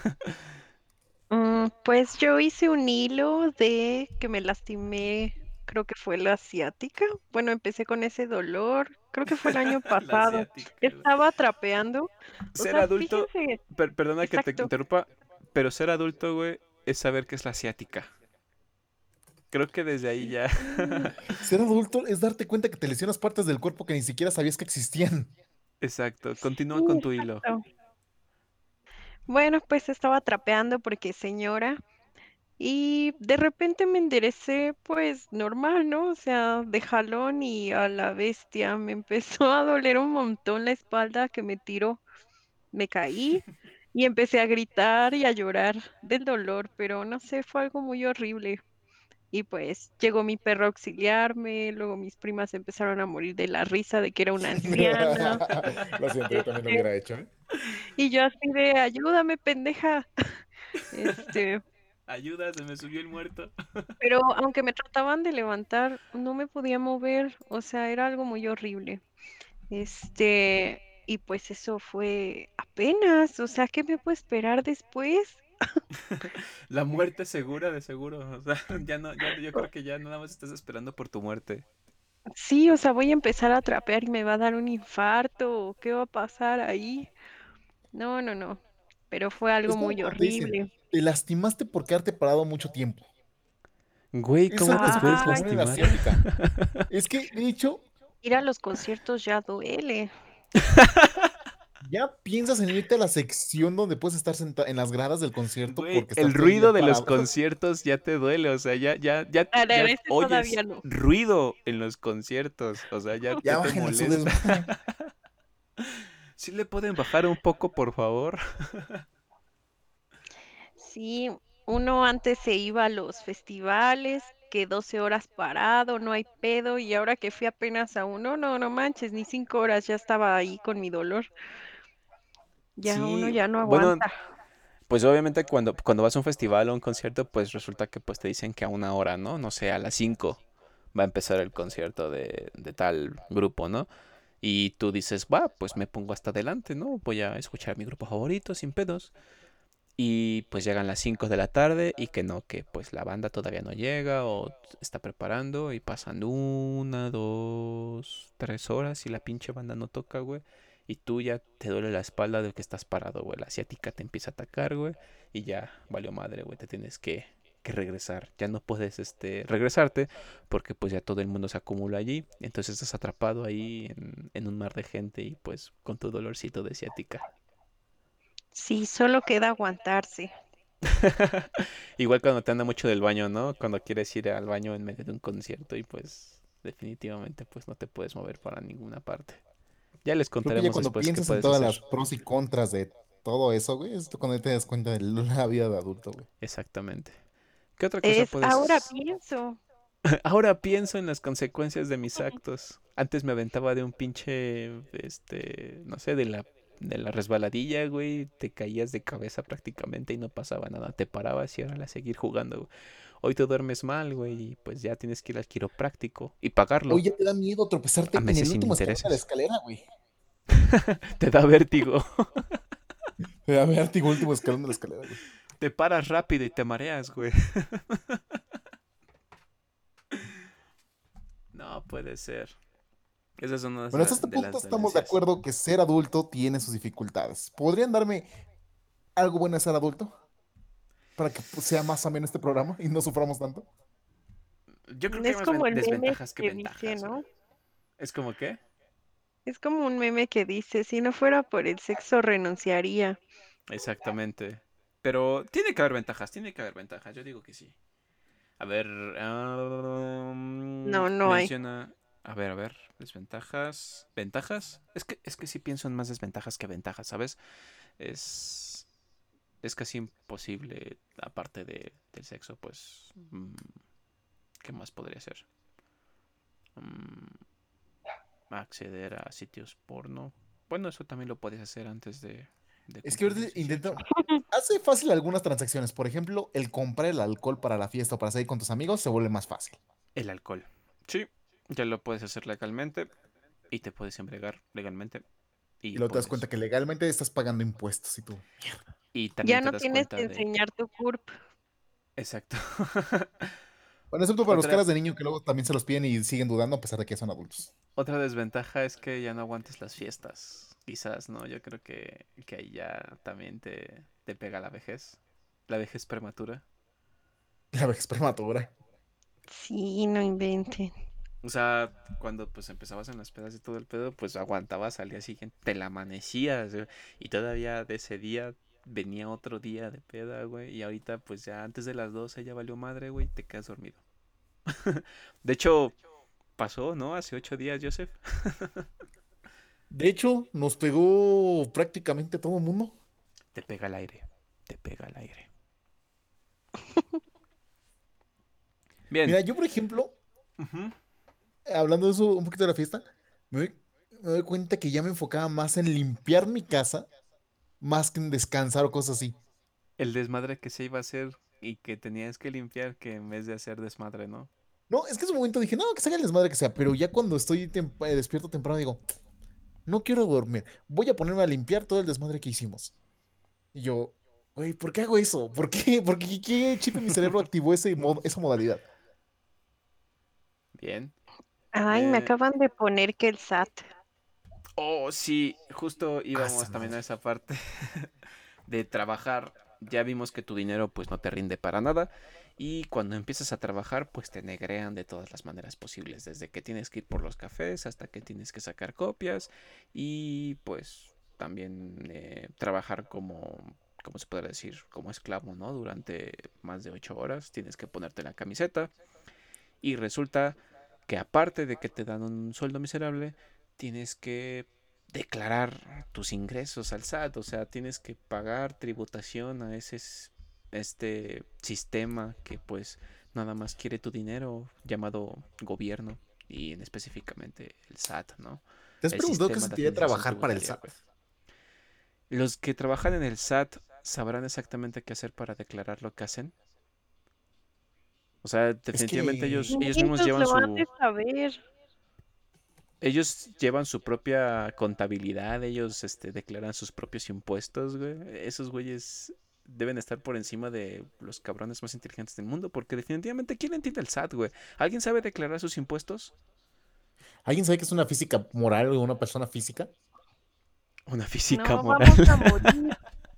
Mm, pues yo hice un hilo de que me lastimé, creo que fue la asiática. Bueno, empecé con ese dolor, creo que fue el año La pasado. asiática, güey. Estaba trapeando, o Ser sea, adulto, fíjense, per- perdona que te exacto. interrumpa, pero ser adulto, güey, es saber que es la asiática. Creo que desde ahí ya. Sí. Ser adulto es darte cuenta que te lesionas partes del cuerpo que ni siquiera sabías que existían. Exacto, continúa Sí, con tu hilo. exacto. Bueno, pues estaba trapeando porque señora. Y de repente me enderecé, pues normal, ¿no? O sea, de jalón y a la bestia me empezó a doler un montón la espalda que me tiró. Me caí y empecé a gritar y a llorar del dolor, pero no sé, fue algo muy horrible. Y pues llegó mi perro a auxiliarme, luego mis primas empezaron a morir de la risa de que era una anciana. Lo siento, yo también lo Este, hubiera hecho, ¿eh? y yo así de, ayúdame, pendeja. Este, Ayuda, se me subió el muerto. Pero aunque me trataban de levantar, no me podía mover, o sea, era algo muy horrible. Este, y pues eso fue apenas, o sea, ¿qué me puedo esperar después? La muerte segura, de seguro. O sea, ya no, ya yo O- creo que ya nada más estás esperando por tu muerte. Sí, o sea, voy a empezar a trapear y me va a dar un infarto, o ¿qué va a pasar ahí? No, no, no, pero fue algo Es como muy cuando te dicen, horrible. te lastimaste por quedarte parado mucho tiempo. Güey, Es ¿cómo algo te así como puedes cuando Ay, uno en la lastimar? sí, asiática. Es que, de hecho, ir a los conciertos ya duele. ya piensas en irte a la sección donde puedes estar sentado en las gradas del concierto Güey, porque el estás todo el día ruido de los parado. conciertos ya te duele, o sea, ya, ya, ya, Ah, no, ya ese oyes todavía no. ruido en los conciertos, o sea, ya, ya Ya te bajen a su molesta. desmadre. ¿Sí le pueden bajar un poco, por favor? Sí, uno antes se iba a los festivales, que doce horas parado, no hay pedo, y ahora que fui apenas a uno, no, no manches, ni cinco horas ya estaba ahí con mi dolor. Ya uno Sí, ya no bueno, aguanta. pues obviamente cuando, cuando vas a un festival o a un concierto, pues resulta que pues te dicen que a una hora, ¿no? No sé, a las cinco va a empezar el concierto de, de tal grupo, ¿no? Y tú dices, va, pues me pongo hasta adelante, ¿no? Voy a escuchar mi grupo favorito sin pedos. Y pues llegan las cinco de la tarde y que no, que pues la banda todavía no llega o está preparando y pasan una, dos, tres horas y la pinche banda no toca, güey. Y tú ya te duele la espalda de que estás parado, güey. La asiática te empieza a atacar, güey. Y ya valió madre, güey. Te tienes que, que regresar. Ya no puedes este, regresarte porque pues ya todo el mundo se acumula allí. Entonces estás atrapado ahí en, en un mar de gente y pues con tu dolorcito de asiática. Sí, solo queda aguantarse. Igual cuando te anda mucho del baño, ¿no? Cuando quieres ir al baño en medio de un concierto y pues definitivamente pues no te puedes mover para ninguna parte. Ya les Creo que ya contaremos cuando después qué piensas en puedes todas hacer. las pros y contras de todo eso, güey, es cuando te das cuenta de la vida de adulto, güey. Exactamente. ¿Qué otra cosa Es, ahora puedes...? pienso. Ahora pienso en las consecuencias de mis actos. Antes me aventaba de un pinche, este, no sé, de la, de la resbaladilla, güey. Te caías de cabeza prácticamente y no pasaba nada. Te parabas y ahora a seguir jugando, güey. Hoy te duermes mal, güey, y pues ya tienes que ir al quiropráctico y Hoy pagarlo ya te da miedo a tropezarte en meses el sin último escalón de la intereses. escalera, güey. Te da vértigo. Te da vértigo, último escalón de la escalera, güey. Te paras rápido y te mareas, güey. No puede ser. Esas son unas Bueno, hasta este de punto las estamos de dolencias. acuerdo que ser adulto tiene sus dificultades. ¿Podrían darme algo bueno de ser adulto? Para que pues, sea más ameno este programa y no suframos tanto. Yo creo que hay Es más como el meme desventajas que que dice, ventajas, güey. ¿no? ¿Es como qué? Es como un meme que dice, si no fuera por el sexo renunciaría. Exactamente. Pero tiene que haber ventajas, tiene que haber ventajas, yo digo que sí. A ver, am, No, no hay. menciona, a ver, a ver, desventajas, ventajas. Es que, es que sí pienso en más desventajas que ventajas, ¿sabes? Es, es casi imposible, aparte de, del sexo, pues, mm, ¿qué más podría ser? Mm, acceder a sitios porno. Bueno, eso también lo puedes hacer antes de, de Es que cumplir ahorita los dieciocho. intenta, hace fácil algunas transacciones. Por ejemplo, el comprar el alcohol para la fiesta o para salir con tus amigos se vuelve más fácil. El alcohol. Sí, ya lo puedes hacer legalmente y te puedes embriagar legalmente Y y luego te das cuenta puedes. que legalmente estás pagando impuestos y tú. Y Ya también te no das tienes que cuenta de. enseñar tu C U R P. Exacto. Bueno, excepto para los Otra, caras de niño que luego también se los piden y siguen dudando a pesar de que son adultos. otra desventaja es que ya no aguantes las fiestas. Quizás, ¿no? Yo creo que, que ahí ya también te, te pega la vejez. La vejez prematura. La vejez prematura. Sí, no inventen. O sea, cuando pues empezabas en las pedas y todo el pedo, pues aguantabas al día siguiente, te la amanecías, güey, y todavía de ese día venía otro día de peda, güey, y ahorita pues ya antes de las doce ya valió madre, güey, te quedas dormido. De hecho, pasó, ¿no? Hace ocho días, Joseph. De hecho, nos pegó prácticamente todo el mundo. Te pega el aire, te pega el aire. Bien. Mira, yo por ejemplo, Ujú. hablando de eso un poquito de la fiesta, me doy, me doy cuenta que ya me enfocaba más en limpiar mi casa, más que en descansar o cosas así. El desmadre que se iba a hacer y que tenías que limpiar que en vez de hacer desmadre, ¿no? No, es que en ese momento dije, no, que se haga el desmadre que sea, pero ya cuando estoy tem- eh, despierto temprano digo, no quiero dormir, voy a ponerme a limpiar todo el desmadre que hicimos. Y yo, güey, ¿por qué hago eso? ¿Por qué? ¿Por qué, qué chip en mi cerebro activó ese mod- esa modalidad? Bien. Ay, me Eh, acaban de poner que el S A T. Oh, sí, justo Ah, esa íbamos también a madre. esa parte de trabajar. Ya vimos que tu dinero pues no te rinde para nada y cuando empiezas a trabajar pues te negrean de todas las maneras posibles, desde que tienes que ir por los cafés hasta que tienes que sacar copias y pues también eh, trabajar como, ¿cómo se podría decir? Como esclavo, ¿no? Durante más de ocho horas tienes que ponerte la camiseta y resulta que aparte de que te dan un sueldo miserable, tienes que declarar tus ingresos al S A T, o sea, tienes que pagar tributación a ese este sistema que pues nada más quiere tu dinero llamado gobierno y en específicamente el S A T, ¿no? ¿Te has El preguntado qué sistema de sentiría administración trabajar para el tributaria, S A T? güey. Los que trabajan en el S A T sabrán exactamente qué hacer para declarar lo que hacen. O sea, Es definitivamente ellos, que, ellos mismos quinientos llevan lo han su, de saber. ellos llevan su propia contabilidad, ellos este, declaran sus propios impuestos, güey. Esos güeyes deben estar por encima de los cabrones más inteligentes del mundo, porque definitivamente, ¿quién entiende el S A T, güey? ¿Alguien sabe declarar sus impuestos? ¿alguien sabe qué es una física moral o una persona física? Una física No, moral. vamos a morir.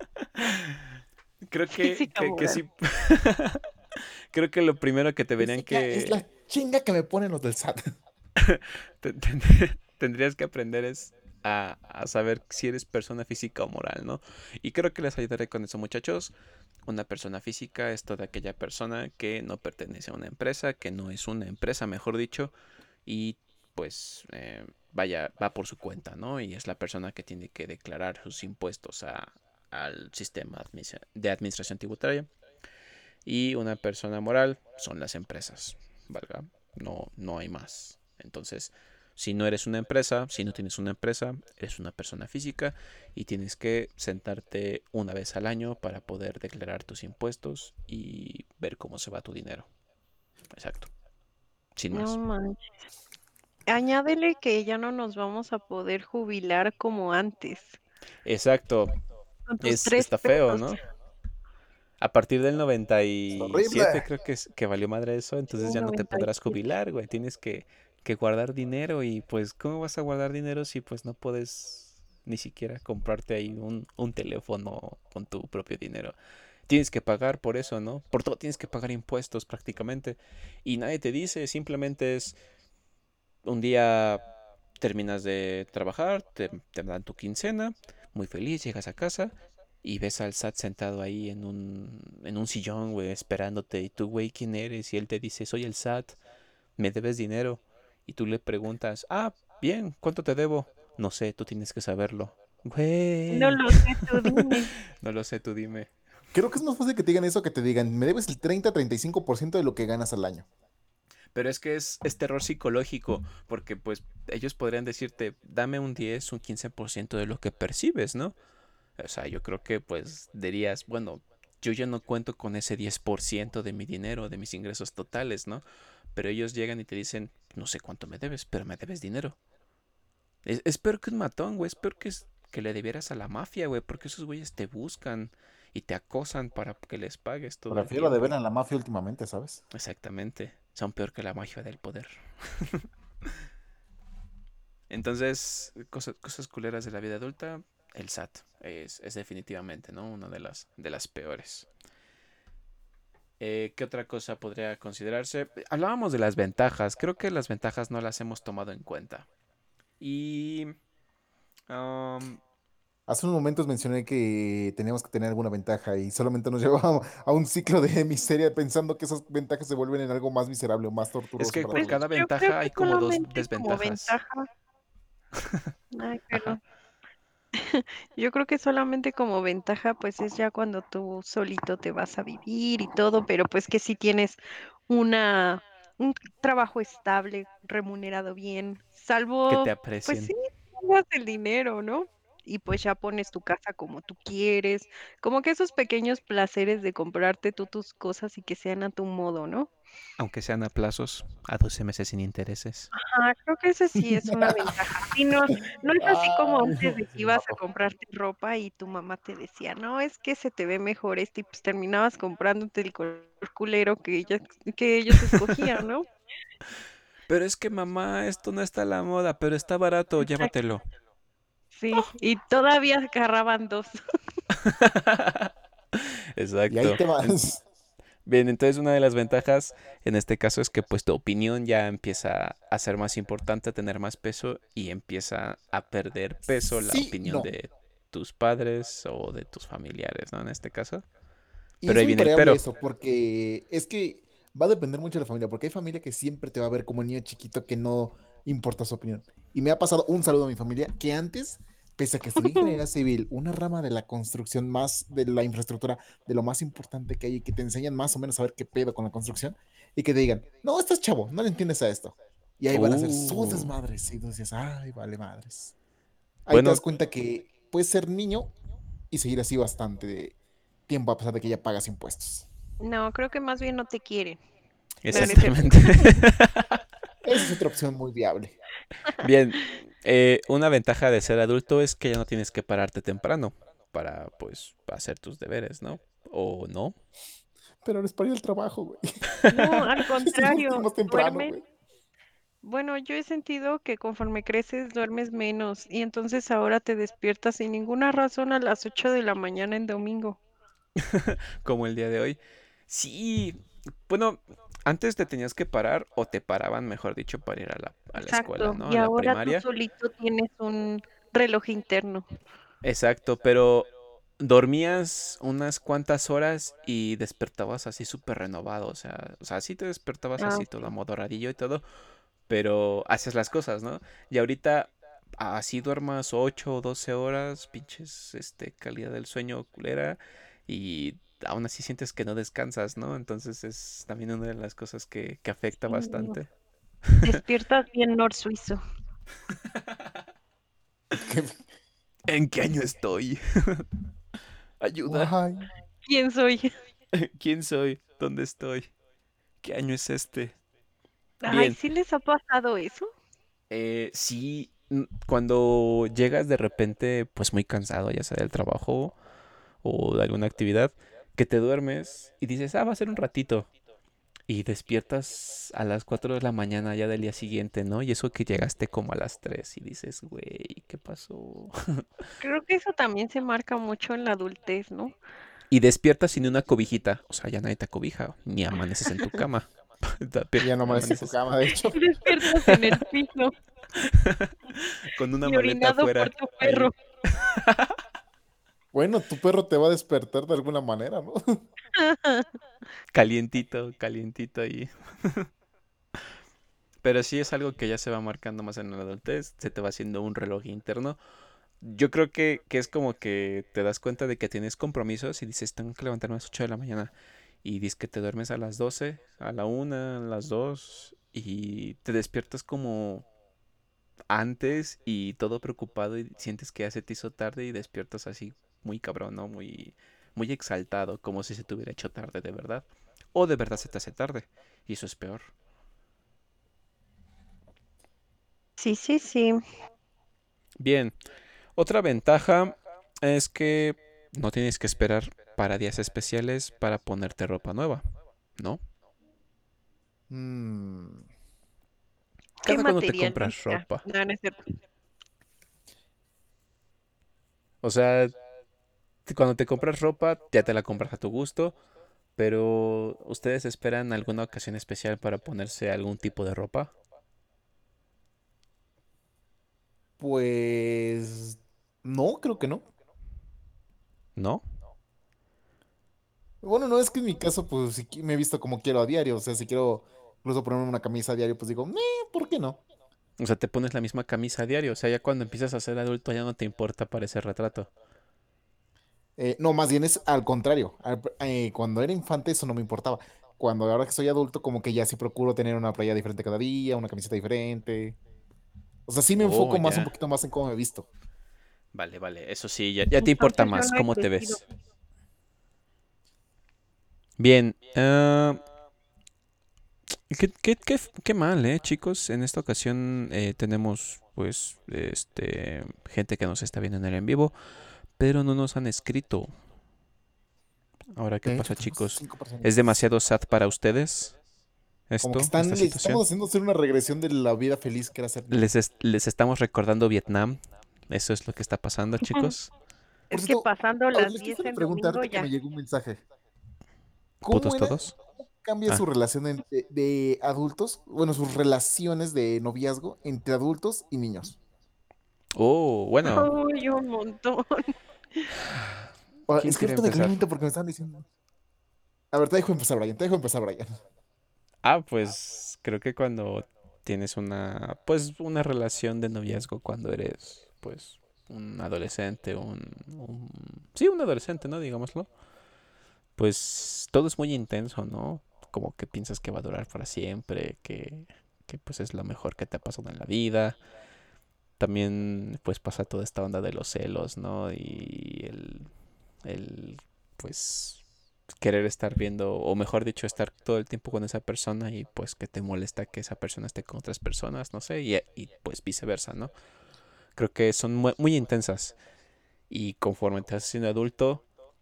Creo que, Física que, que moral. sí. Creo que lo primero que te verían Física es que la chinga que me ponen los del S A T. te- te- tendrías que aprender es a, a saber si eres persona física o moral, ¿no? Y creo que les ayudaré con eso, muchachos. Una persona física es toda aquella persona que no pertenece a una empresa, que no es una empresa, mejor dicho, y pues eh, vaya, va por su cuenta, ¿no? Y es la persona que tiene que declarar sus impuestos a, al sistema de administración tributaria. Y una persona moral son las empresas, ¿valga? No, no hay más. Entonces, si no eres una empresa, si no tienes una empresa, eres una persona física y tienes que sentarte una vez al año para poder declarar tus impuestos y ver cómo se va tu dinero. Exacto. Sin No más. manches. Añádele que ya no nos vamos a poder jubilar como antes. Exacto. Con tus Es, tres está feo, pesos. ¿no? A partir del noventa Es y siete horrible. creo que, es, que valió madre eso, Sí, entonces ya no te noventa y podrás siete. jubilar, güey. Tienes que, que guardar dinero y pues, ¿cómo vas a guardar dinero si pues no puedes ni siquiera comprarte ahí un, un teléfono con tu propio dinero? Tienes que pagar por eso, ¿no? Por todo tienes que pagar impuestos prácticamente. Y nadie te dice, simplemente es un día terminas de trabajar, te, te dan tu quincena, muy feliz, llegas a casa y ves al S A T sentado ahí en un, en un sillón, güey, esperándote. Y tú, güey, ¿quién eres? Y él te dice, soy el S A T, me debes dinero. Y tú le preguntas, ah, bien, ¿cuánto te debo? No sé, tú tienes que saberlo. No Güey. lo sé, tú dime. No lo sé, tú dime. Creo que es más fácil que te digan eso que te digan, me debes el treinta a treinta y cinco por ciento de lo que ganas al año. Pero es que es, es terror psicológico, porque pues ellos podrían decirte, dame un diez, un quince por ciento de lo que percibes, ¿no? O sea, yo creo que pues dirías, bueno, yo ya no cuento con ese diez por ciento de mi dinero, de mis ingresos totales, ¿no? Pero ellos llegan y te dicen, no sé cuánto me debes, pero me debes dinero. Es, es peor que un matón, güey, es peor que, es- que le debieras a la mafia, güey, porque esos güeyes te buscan y te acosan para que les pagues todo el Prefiero de ver tiempo. a la mafia últimamente, ¿sabes? Exactamente, son peor que la magia del poder. Entonces, cosas, cosas culeras de la vida adulta, el S A T es, es definitivamente, ¿no? Una de las, de las peores. Eh, ¿qué otra cosa podría considerarse? Hablábamos de las ventajas. Creo que las ventajas no las hemos tomado en cuenta. Y... um, Hace unos momentos mencioné que teníamos que tener alguna ventaja y solamente nos llevaba a un ciclo de miseria pensando que esas ventajas se vuelven en algo más miserable o más es torturoso que para por Pues todos. cada yo creo ventaja que hay como dos solamente como desventajas. ventaja. Ay, Ajá. perdón. Yo creo que solamente como ventaja, pues es ya cuando tú solito te vas a vivir y todo, pero pues que si tienes una, un trabajo estable, remunerado bien, Que te salvo, pues aprecien. sí, tengas el dinero, ¿no? Y pues ya pones tu casa como tú quieres, como que esos pequeños placeres de comprarte tú tus cosas y que sean a tu modo, ¿no? Aunque sean a plazos, a doce meses sin intereses. Ah, creo que ese sí es una ventaja. Sí, no, no es así como Ay, antes no, de que sí me ibas a mató. comprarte ropa y tu mamá te decía, no, es que se te ve mejor este, y pues terminabas comprándote el color culero que ella, que ellos escogían, ¿no? Pero es que mamá, esto no está a la moda, pero está barato, Exacto. llévatelo. Sí, y todavía agarraban dos. Y ahí Exacto. te En- vas. Bien, entonces una de las ventajas en este caso es que pues tu opinión ya empieza a ser más importante, a tener más peso y empieza a perder peso la Sí, opinión no. de tus padres o de tus familiares, ¿no? En este caso. Y Pero es ahí muy viene el variable pero. eso, porque es que va a depender mucho de la familia, porque hay familia que siempre te va a ver como niño chiquito que no importa su opinión. Y me ha pasado un saludo a mi familia que antes, pese a que estudié ingeniería civil, una rama de la construcción más de la infraestructura, de lo más importante que hay y que te enseñan más o menos a ver qué pedo con la construcción y que te digan, no, estás chavo, no le entiendes a esto. Y ahí van a ser sus Uh, desmadres. Y tú dices, ay, vale madres. Ahí te bueno, das cuenta que puedes ser niño y seguir así bastante tiempo a pesar de que ya pagas impuestos. No, creo que más bien no te quieren. No, no es cierto. exactamente. Esa es otra opción muy viable. Bien, eh, una ventaja de ser adulto es que ya no tienes que pararte temprano para pues hacer tus deberes, ¿no? ¿O no? Pero les para ir al trabajo, güey. No, al Si nos contrario, fuimos temprano, duermes. güey. Bueno, yo he sentido que conforme creces duermes menos y entonces ahora te despiertas sin ninguna razón a las ocho de la mañana en domingo. Como el día de hoy. Sí, bueno, antes te tenías que parar o te paraban, mejor dicho, para ir a la, a la escuela, Exacto. ¿no? Y A la ahora tú primaria. solito tienes un reloj interno. Exacto, pero dormías unas cuantas horas y despertabas así súper renovado, o sea, o sea, sí te despertabas Ah, así todo sí. amodoradillo y todo, pero haces las cosas, ¿no? Y ahorita así duermas ocho o doce horas, pinches, este, calidad del sueño culera y aún así sientes que no descansas, ¿no? Entonces es también una de las cosas que, que afecta Sí, no. bastante. Despiertas bien nor suizo. ¿En qué año estoy? Ayuda. Guay. ¿Quién soy? ¿Quién soy? ¿Dónde estoy? ¿Qué año es este? Ay, Bien, ¿sí les ha pasado eso? eh, sí, mm, cuando llegas de repente, pues muy cansado, ya sea del trabajo o de alguna actividad, que te duermes y dices, ah, va a ser un ratito. Y despiertas a las cuatro de la mañana ya del día siguiente, ¿no? Y eso que llegaste como a las tres y dices, güey, ¿qué pasó? Creo que eso también se marca mucho en la adultez, ¿no? Y despiertas sin una cobijita, o sea, ya nadie te acobija, ni amaneces en tu cama. Ya no amaneces en tu Amaneces cama, de hecho. Despiertas en el piso con una y maleta orinado por afuera, tu ahí. perro. Bueno, tu perro te va a despertar de alguna manera, ¿no? Calientito, calientito ahí. Pero sí es algo que ya se va marcando más en la adultez, se te va haciendo un reloj interno. Yo creo que, que es como que te das cuenta de que tienes compromisos y dices, tengo que levantarme a las ocho de la mañana. Y dices que te duermes a las doce, a la una, a las dos y te despiertas como antes y todo preocupado y sientes que ya se te hizo tarde y despiertas así muy cabrón, ¿no? Muy, muy exaltado, como si se te hubiera hecho tarde de verdad. O de verdad se te hace tarde. Y eso es peor. Sí, sí, sí. Bien, otra ventaja es que no tienes que esperar para días especiales para ponerte ropa nueva, ¿no? Mm, Qué Cada cuando te compras materialista. ropa. No, no es cierto. O sea, t- cuando te compras ropa, ya te la compras a tu gusto, pero ¿ustedes esperan alguna ocasión especial para ponerse algún tipo de ropa? pues no, creo que no. ¿No? Bueno, no es que en mi caso, pues sí que me he visto como quiero a diario. O sea, si quiero incluso ponerme una camisa a diario, pues digo, "Meh, ¿por qué no?" O sea, te pones la misma camisa a diario. O sea, ya cuando empiezas a ser adulto ya no te importa parecer retrato. Eh, no, más bien es al contrario. Al- eh, cuando era infante eso no me importaba. Cuando ahora que soy adulto, como que ya sí procuro tener una playa diferente cada día, una camiseta diferente. O sea, sí me Oh, enfoco más un ya. poquito más en cómo me he visto. Vale, vale. Eso sí, ya, ya te importa Entonces yo más no he cómo te crecido. ves. Bien. ah, qué, qué- qué- qué mal, ¿eh, chicos? En esta ocasión eh, tenemos, pues, este, gente que nos está viendo en el en vivo, pero no nos han escrito. Ahora, ¿qué De hecho, pasa, tenemos chicos? cinco ¿Es personitas. demasiado sad para ustedes Como que esto, esta están, le estamos situación? haciendo hacer una regresión de la vida feliz que era ser niño. ¿Les, es- les estamos recordando Vietnam? ¿Eso es lo que está pasando, chicos? Por Es que cierto, pasando a ver, las les quiero diez una en pregunta domingo ahorita que me ya. llegó un mensaje. ¿Cómo ¿Putos era? todos? ¿Cómo cambia Ah. su relación en- de, de adultos? Bueno, sus relaciones de noviazgo entre adultos y niños. Oh, bueno. Uy, un montón. Ah, ¿Quién es que quiere ahorita me cayó en empezar? mente porque me estaban diciendo. A ver, te dejo empezar, Brian. Te dejo empezar, Brian. Ah, pues creo que cuando tienes una, pues una relación de noviazgo cuando eres, pues, un adolescente, un, un- sí, un adolescente, ¿no? Digámoslo. Pues todo es muy intenso, ¿no? Como que piensas que va a durar para siempre, que, que pues es lo mejor que te ha pasado en la vida. También pues pasa toda esta onda de los celos, ¿no? Y el, el pues querer estar viendo, o mejor dicho, estar todo el tiempo con esa persona y pues que te molesta que esa persona esté con otras personas, no sé, y, y pues viceversa, ¿no? Creo que son muy, muy intensas y conforme te haces siendo adulto,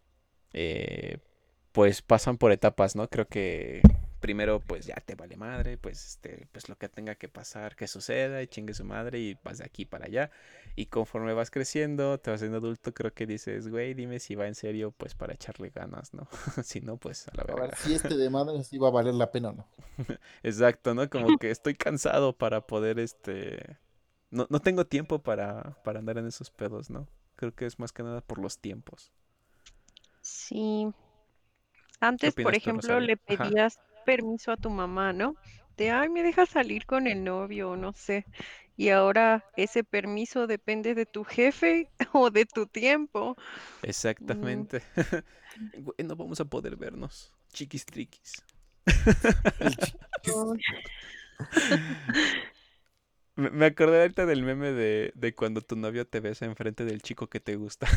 eh, pues pasan por etapas, ¿no? Creo que primero pues ya te vale madre, pues este, pues lo que tenga que pasar, que suceda y chingue su madre y vas de aquí para allá. Y conforme vas creciendo, te vas siendo adulto, creo que dices, güey, dime si va en serio, pues para echarle ganas, ¿no? Si no, pues a la A ver verga. si este de madre sí va a valer la pena o no. Exacto, ¿no? Como que estoy cansado para poder, este... No, no tengo tiempo para, para andar en esos pedos, ¿no? Creo que es más que nada por los tiempos. Sí. ¿Qué Antes, por opinas tú, ejemplo, Rosario? le Ajá. pedías permiso a tu mamá, ¿no? De, ay, me dejas salir con el novio, o no sé. Y ahora ese permiso depende de tu jefe o de tu tiempo. Mm, Exactamente. Güey, no vamos a poder vernos. Chiquis triquis. El chiquis. uy, Me me acordé ahorita del meme de, de cuando tu novio te besa enfrente del chico que te gusta.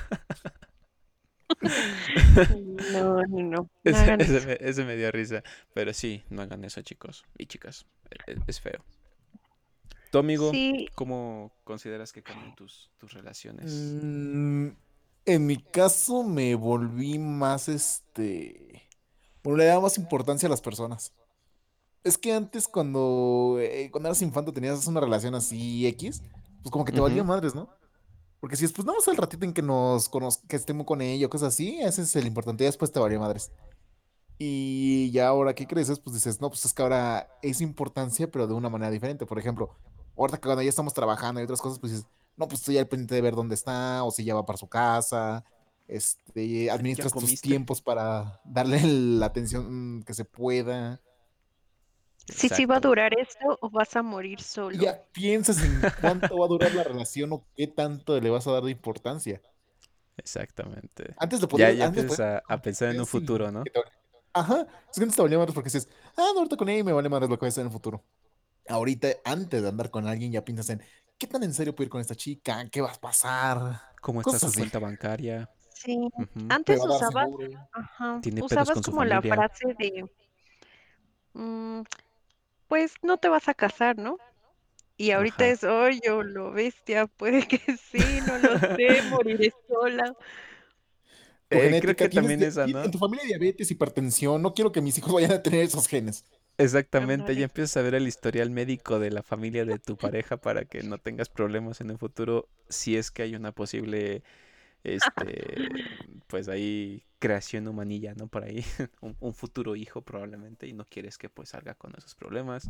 no, no, no, no Ese, hagan ese eso. me, ese me dio risa. Pero sí, no hagan eso, chicos y chicas. E- e- Es feo. Tu amigo, Sí, ¿cómo consideras que cambian tus, tus relaciones? Mm, en mi caso me volví más este. Bueno, le daba más importancia a las personas. Es que antes cuando, eh, cuando eras infante tenías una relación así X, pues como que te valía Ujú. madres, ¿no? Porque si después vamos al ratito en que nos conoz que estemos con ella o cosas así, ese es el importante, ya después te valía madres. Y ya ahora que creces, pues dices, no, pues es que ahora es importancia, pero de una manera diferente. Por ejemplo, ahorita que cuando ya estamos trabajando y otras cosas, pues dices, no, pues estoy al pendiente de ver dónde está, o si ya va para su casa, este, ¿Ya administras tus comiste? tiempos para darle la atención que se pueda. Si sí va a Exacto, durar esto o vas a morir Y solo. ya piensas en cuánto va a durar la relación o qué tanto le vas a dar de importancia. exactamente. Antes lo Ya, podías, ya antes empiezas podías a, a pensar en un sin futuro, ¿no? que te- Ajá, es que antes te valía madres porque dices, ah, no, ahorita con ella y me vale madres lo que va a hacer en el futuro. Ahorita, antes de andar con alguien, ya piensas en qué tan en serio puedo ir con esta chica, qué va a pasar, ¿Cómo está cosas su así. cuenta bancaria? Sí, Ujú. Me va antes a dar usabas, seguro. ajá, ¿Tiene pedos usabas con su como la familia? frase de, mm, pues no te vas a casar, ¿no? Y ahorita Ajá. es, oye, yo lo bestia, puede que sí, no lo sé, moriré sola. Tu Eh, creo genética, que tienes, también dia- esa, ti- en ¿no? tu familia hay diabetes, hipertensión, no quiero que mis hijos vayan a tener esos genes. Exactamente, ya Ándale. empiezas a ver el historial médico de la familia de tu pareja para que no tengas problemas en el futuro si es que hay una posible, este, pues ahí creación humanilla, ¿no? Por ahí, un, un futuro hijo probablemente y no quieres que pues salga con esos problemas.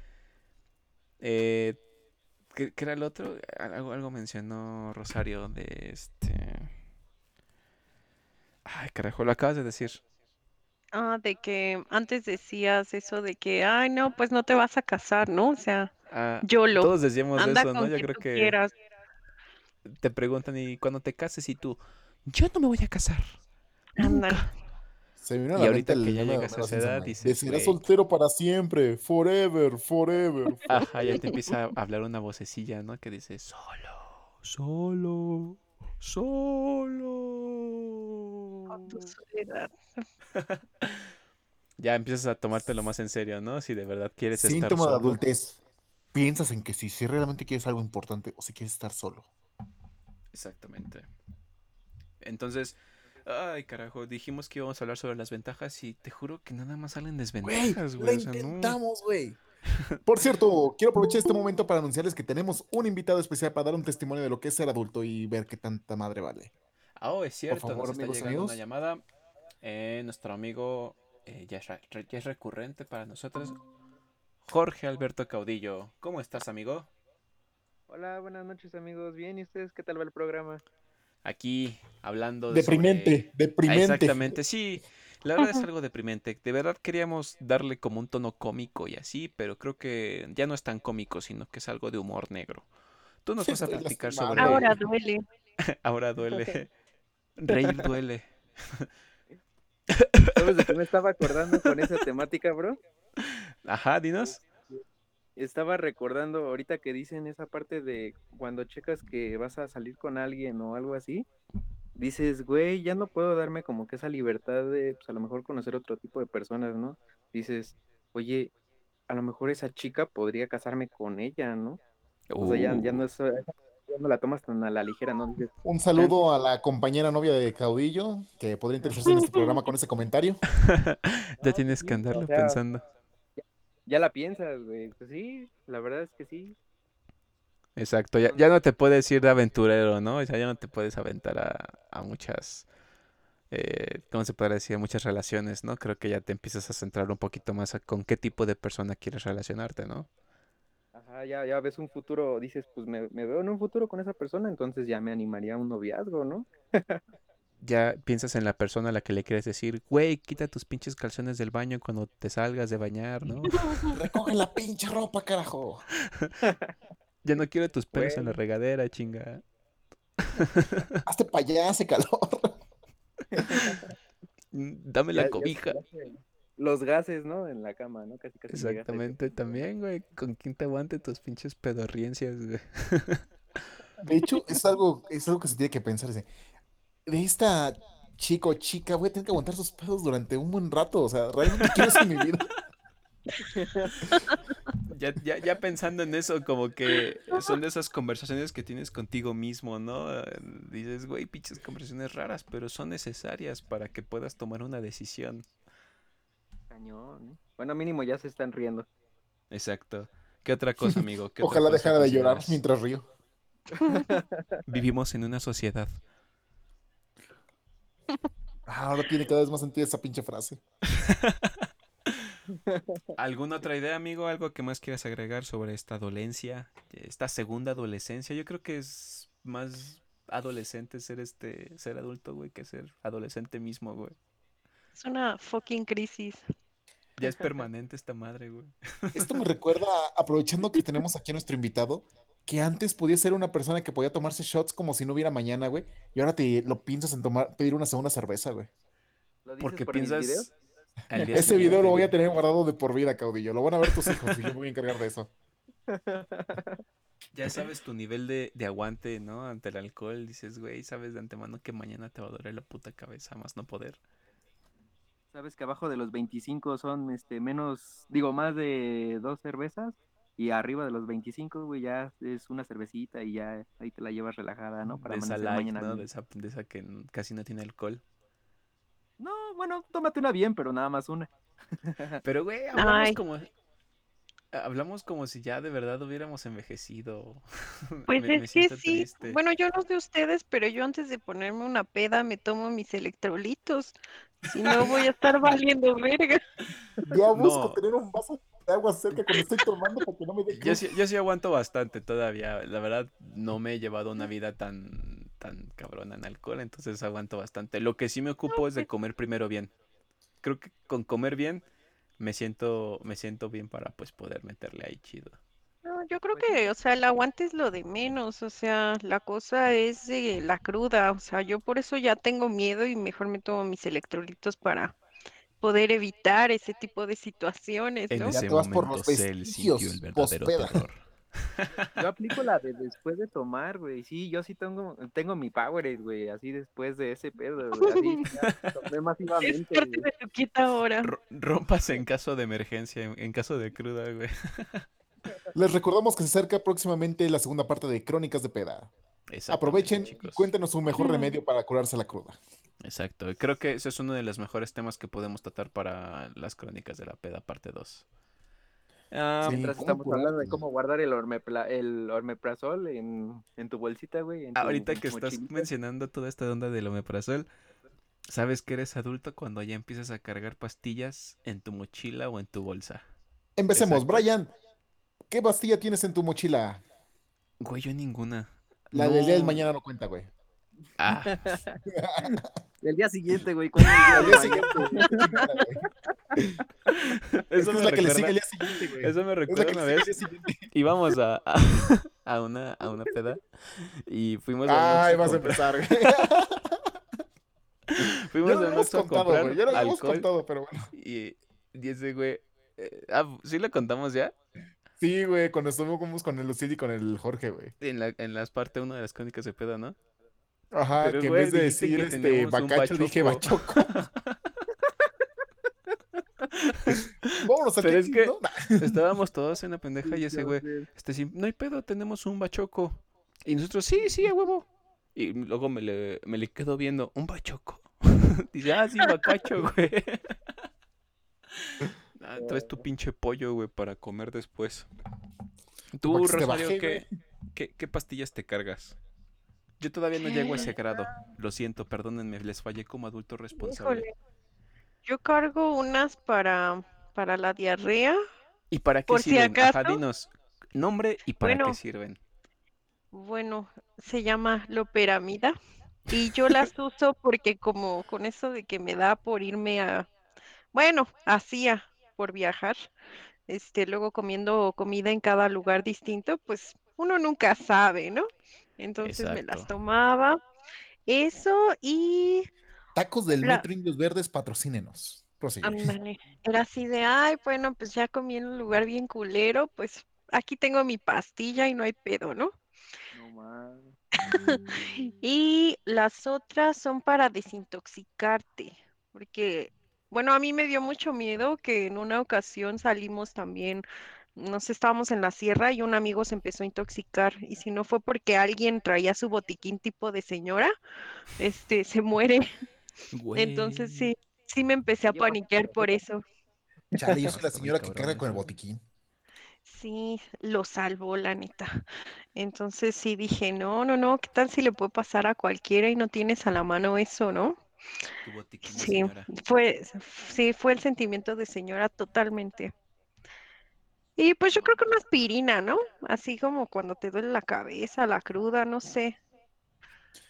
Eh, ¿qué, qué era el otro? Algo, algo mencionó Rosario de este... Ay, carajo, lo acabas de decir. Ah, de que antes decías eso de que, ay, no, pues no te vas a casar, ¿no? O sea, Ah, YOLO, todos decíamos anda eso, ¿no? con Yo quien creo tú que quieras. te preguntan y cuando te cases y tú, yo no me voy a casar, Ándale. nunca. Se me vino a Y la mente ahorita que el ya meme de llegas a Homero esa Simpson, edad güey. De dices, será güey, soltero para siempre, forever, forever, ajá, ya forever. te empieza a hablar una vocecilla, ¿no? Que dice, solo, solo, Con tu solo. soledad. Ya empiezas a tomártelo más en serio, ¿no? Si de verdad quieres estar Síntoma de solo. adultez. Piensas en que si, si realmente quieres algo importante o si quieres estar solo. Exactamente. Entonces, ay, carajo, dijimos que íbamos a hablar sobre las ventajas y te juro que nada más salen Güey, desventajas, lo güey. O sea, no. intentamos, güey. Por cierto, quiero aprovechar este momento para anunciarles que tenemos un invitado especial para dar un testimonio de lo que es ser adulto y ver qué tanta madre vale. Ah, oh, es Por cierto, favor, nos está amigos y llegando una amigos. llamada. Eh, nuestro amigo eh, ya, es, re- ya es recurrente para nosotros. Jorge Alberto Caudillo. ¿Cómo estás, amigo? Hola, buenas noches amigos. Bien, ¿y ustedes qué tal va el programa? Aquí hablando de sobre... Deprimente, Ah, deprimente. exactamente, sí. La verdad es algo deprimente. De verdad queríamos darle como un tono cómico y así, pero creo que ya no es tan cómico, sino que es algo de humor negro. Tú nos vas a Estoy platicar lastimado. Ahora sobre... duele. Ahora duele. Reír duele. ¿Sabes de qué me estaba acordando con esa temática, bro? Ajá, dinos. Este, Estaba recordando ahorita que dicen esa parte de cuando checas que vas a salir con alguien o algo así, dices, güey, ya no puedo darme como que esa libertad de, pues a lo mejor conocer otro tipo de personas, ¿no? Dices, oye, a lo mejor esa chica podría casarme con ella, ¿no? O sea, ya, ya Uh. no es, ya no la tomas tan a la ligera, ¿no? Dices, Un chance, saludo a la compañera novia de Caudillo, que podría interesarse en este programa con ese comentario. Ya no, pues tienes que sí, o andarlo sea, pensando. ya la piensas, güey. Pues sí, la verdad es que sí. Exacto, ya, ya Entonces, no te puedes ir de aventurero, ¿no? O sea, ya no te puedes aventar a, a muchas, eh, ¿cómo se puede decir? A muchas relaciones, ¿no? Creo que ya te empiezas a centrar un poquito más a con qué tipo de persona quieres relacionarte, ¿no? ajá, ya, ya ves un futuro, dices, pues me, me veo en un futuro con esa persona, entonces ya me animaría a un noviazgo, ¿no? Ya piensas en la persona a la que le quieres decir, güey, quita tus pinches calzones del baño cuando te salgas de bañar, ¿no? Recoge la pinche ropa, carajo. Ya no quiero tus pelos en la Güey, regadera, chinga. Hazte para allá, hace calor. Mm, Dame la ya, ya, cobija. ya sé, los gases, ¿no? En la cama, ¿no? Casi, casi llegas a ese Exactamente, punto, ¿no? también, güey. ¿Con quién te aguante tus pinches pedorriencias, güey? De hecho, es algo, es algo que se tiene que pensar. Dice, de esta chico o chica voy a tener que aguantar sus pedos durante un buen rato. O sea, realmente quiero eso en mi vida. Ya, ya, ya pensando en eso, como que son de esas conversaciones que tienes contigo mismo, ¿no? Eh, Dices, güey, pinches conversaciones raras, pero son necesarias para que puedas tomar una decisión. Cañón, ¿eh? Bueno, mínimo ya se están riendo. Exacto. ¿Qué otra cosa, amigo? ¿Qué otra Ojalá cosa dejara de llorar consideras? mientras río. Vivimos en una sociedad. Ah, ahora tiene cada vez más sentido esa pinche frase. ¿Alguna otra idea, amigo? ¿Algo que más quieras agregar sobre esta dolencia? Esta segunda adolescencia. Yo creo que es más. adolescente ser este, ser adulto, güey, que ser adolescente mismo, güey. Es una fucking crisis. Ya es permanente esta madre, güey. Esto me recuerda, aprovechando que tenemos aquí a nuestro invitado, que antes podía ser una persona que podía tomarse shots como si no hubiera mañana, güey, y ahora te lo piensas en tomar, pedir una segunda cerveza, güey. ¿Lo dices Porque por mis videos? piensas al día Ese video lo siguiente, voy a güey. tener guardado de por vida, caudillo. Lo van a ver tus hijos y yo me voy a encargar de eso. Ya sabes tu nivel de, de aguante, ¿no? Ante el alcohol. Dices, güey, sabes de antemano que mañana te va a doler la puta cabeza, más no poder. Sabes que abajo de los veinticinco son este menos, digo, más de dos cervezas y arriba de los veinticinco, güey, ya es una cervecita y ya ahí te la llevas relajada, ¿no? Para De esa amanecer light, mañana ¿no? De bien. esa, de esa que n- casi no tiene alcohol. No, bueno, tómate una bien, pero nada más una. Pero, güey, hablamos Ay, como... Hablamos como si ya de verdad hubiéramos envejecido. pues Me, me es que siento sí. triste. Bueno, yo no sé ustedes, pero yo antes de ponerme una peda me tomo mis electrolitos. Si no, voy a estar valiendo verga. Ya busco No, tener un vaso de agua cerca cuando estoy tomando para que no me dé yo crudo. sí, yo sí aguanto bastante todavía. La verdad, no me he llevado una vida tan, tan cabrona en alcohol, entonces aguanto bastante. Lo que sí me No, ocupo es de pues, comer primero bien. Creo que con comer bien me siento, me siento bien para pues poder meterle ahí chido. no, yo creo Pues sí, que, o sea, el aguante es lo de menos, o sea, la cosa es de la cruda, o sea, yo por eso ya tengo miedo y mejor me tomo mis electrolitos para poder evitar ese tipo de situaciones, En ¿no? Ya ese te vas por momento los Cell sintió el vestigios verdadero pospeda. terror. yo aplico la de después de tomar, güey. Sí, yo sí tengo, tengo mi Powerade, güey, así después de ese pedo, güey. Así ya tomé Es masivamente, parte güey. de tu quita ahora. Ro- Rompas en caso de emergencia, en, en caso de cruda, güey. Les recordamos que se acerca próximamente la segunda parte de Crónicas de Peda. Exactamente, Aprovechen y chicos. cuéntenos su mejor remedio para curarse la cruda. Exacto. Creo que ese es uno de los mejores temas que podemos tratar para las crónicas de la peda parte dos. Ah, Sí, Mientras ¿cómo estamos hablando de curarte? cómo guardar el, ormepla, el omeprazol en, en tu bolsita, güey, en tu ahorita que estás mochilita. mencionando toda esta onda del omeprazol, ¿sabes que eres adulto cuando ya empiezas a cargar pastillas en tu mochila o en tu bolsa? Empecemos. Exacto. Brian, ¿qué pastilla tienes en tu mochila? Güey, yo ninguna. La del día del No. mañana no cuenta, güey. Ah, El día siguiente, güey, ¿cuál es el día Al de día mañana? siguiente, güey. Esa chingada, güey. Es eso que es me la que le sigue recuerda. al día siguiente, güey. Eso me Es la recuerda que le una sigue al vez. día siguiente. Íbamos a, a, a una, a una peda y fuimos al Oxxo Ay, a vas a comprar. empezar, güey. Ya Fuimos lo a un habíamos Oxxo a contado, güey. comprar Ya lo habíamos alcohol contado, pero bueno. y, y ese güey. eh, ah, ¿sí lo contamos ya? Sí, güey, cuando estuvimos con el Lucid y con el Jorge, güey. En la, en las parte uno de las crónicas de peda, ¿no? Ajá, Pero, que en güey, vez de dijiste decir que este teníamos un bacacho, dije bachoco. bachoco. Vámonos al Pero es tianguis, que ¿no? Nah. estábamos todos en la pendeja Sí, y ese yo güey, sé. este sí, no hay pedo, tenemos un bachoco. Y nosotros, sí, sí, a huevo. Y luego me le, me le quedo viendo, ¿un bachoco? Dice, ah, sí, bacacho, güey. Ah, traes tu pinche pollo, güey, para comer después. Pues para Tú, que se te Rosario, baje, güey. ¿qué, qué, qué pastillas te cargas? Yo todavía no llego a ese grado. Lo siento, perdónenme, les fallé como adulto responsable. Híjole, yo cargo unas para, para la diarrea, ¿Y para qué por si sirven? acaso. Ajá, dinos nombre y para qué Bueno, sirven. bueno, se llama loperamida y yo las uso porque como con eso de que me da por irme a, bueno, hacía por viajar, este, luego comiendo comida en cada lugar distinto, pues uno nunca sabe, ¿no? Entonces me las Exacto. tomaba, eso y Tacos del la, Metro Indios Verdes, patrocínenos. Prosigue. ándale, era así de, ay, bueno, pues ya comí en un lugar bien culero, pues aquí tengo mi pastilla y no hay pedo, ¿no? No más. Y las otras son para desintoxicarte, porque, bueno, a mí me dio mucho miedo que en una ocasión salimos también, no sé, estábamos en la sierra y un amigo se empezó a intoxicar, y si no fue porque alguien traía su botiquín tipo de señora, este, se muere. Entonces Güey. sí, sí me empecé a Lleva paniquear por eso. Chale, yo No, soy la está muy señora que cabrón carga con el eso. botiquín. Sí, lo salvó, la neta. Entonces sí dije, no, no, no, ¿qué tal si le puede pasar a cualquiera y no tienes a la mano eso, ¿no? Tu botiquín de Sí, señora. fue, sí, fue el sentimiento de señora totalmente. Y pues yo creo No. que una aspirina, ¿no? Así como cuando te duele la cabeza, la cruda, no sé.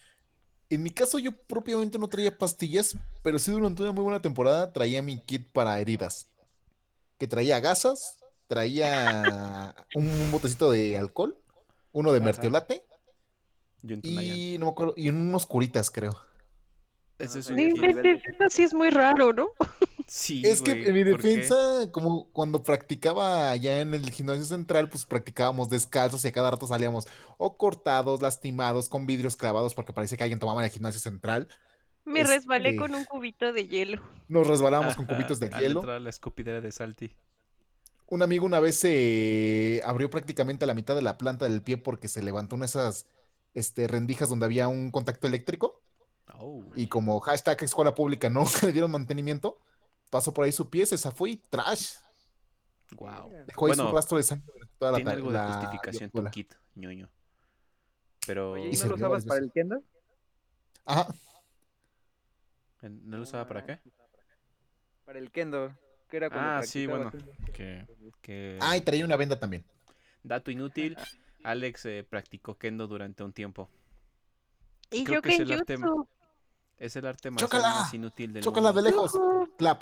En mi caso, yo propiamente no traía pastillas, pero sí durante una muy buena temporada traía mi kit para heridas, que traía gasas, traía un botecito de alcohol, uno de Ajá. mertiolate Y un Tonayan. y no me acuerdo, y unos curitas, creo. Ese No es No un sabía ese kit. nivel de... inventes, eso sí es muy raro, ¿no? Sí, Es que güey. en mi ¿Por qué? defensa, como cuando practicaba allá en el gimnasio central, pues practicábamos descalzos y a cada rato salíamos o cortados, lastimados, con vidrios clavados, porque parece que alguien tomaba en el gimnasio central. Me resbalé Este, con un cubito de hielo. nos resbalábamos con Ajá. cubitos de Al hielo. entrar a la escupidera de Salty. Un amigo una vez se abrió prácticamente la mitad de la planta del pie porque se levantó una de esas este, rendijas donde había un contacto eléctrico Oh. y como hashtag escuela pública no le dieron mantenimiento, pasó por ahí su pie, se zafó y trash. Wow. Verga. Dejó ahí su Bueno, rastro de sangre durante toda la, tiene ta- algo de la justificación tu escuela. kit, ñoño. Oye, Y ¿y Pero, no lo sirvió usabas varias para veces. el Kendo? Ajá. ¿no lo No usaba para qué? manches. Para el Kendo, que era cuando Ah, sí, practicaba bueno. Kendo. Que, Ah, y que... traía una venda también. Dato inútil. Alex eh, practicó kendo durante un tiempo. Y Y creo yo que es que en el arte, YouTube. es el arte marcial más ¡Chócala! inútil del ¡Chócala mundo. de lejos! Ujú, ¡Clap!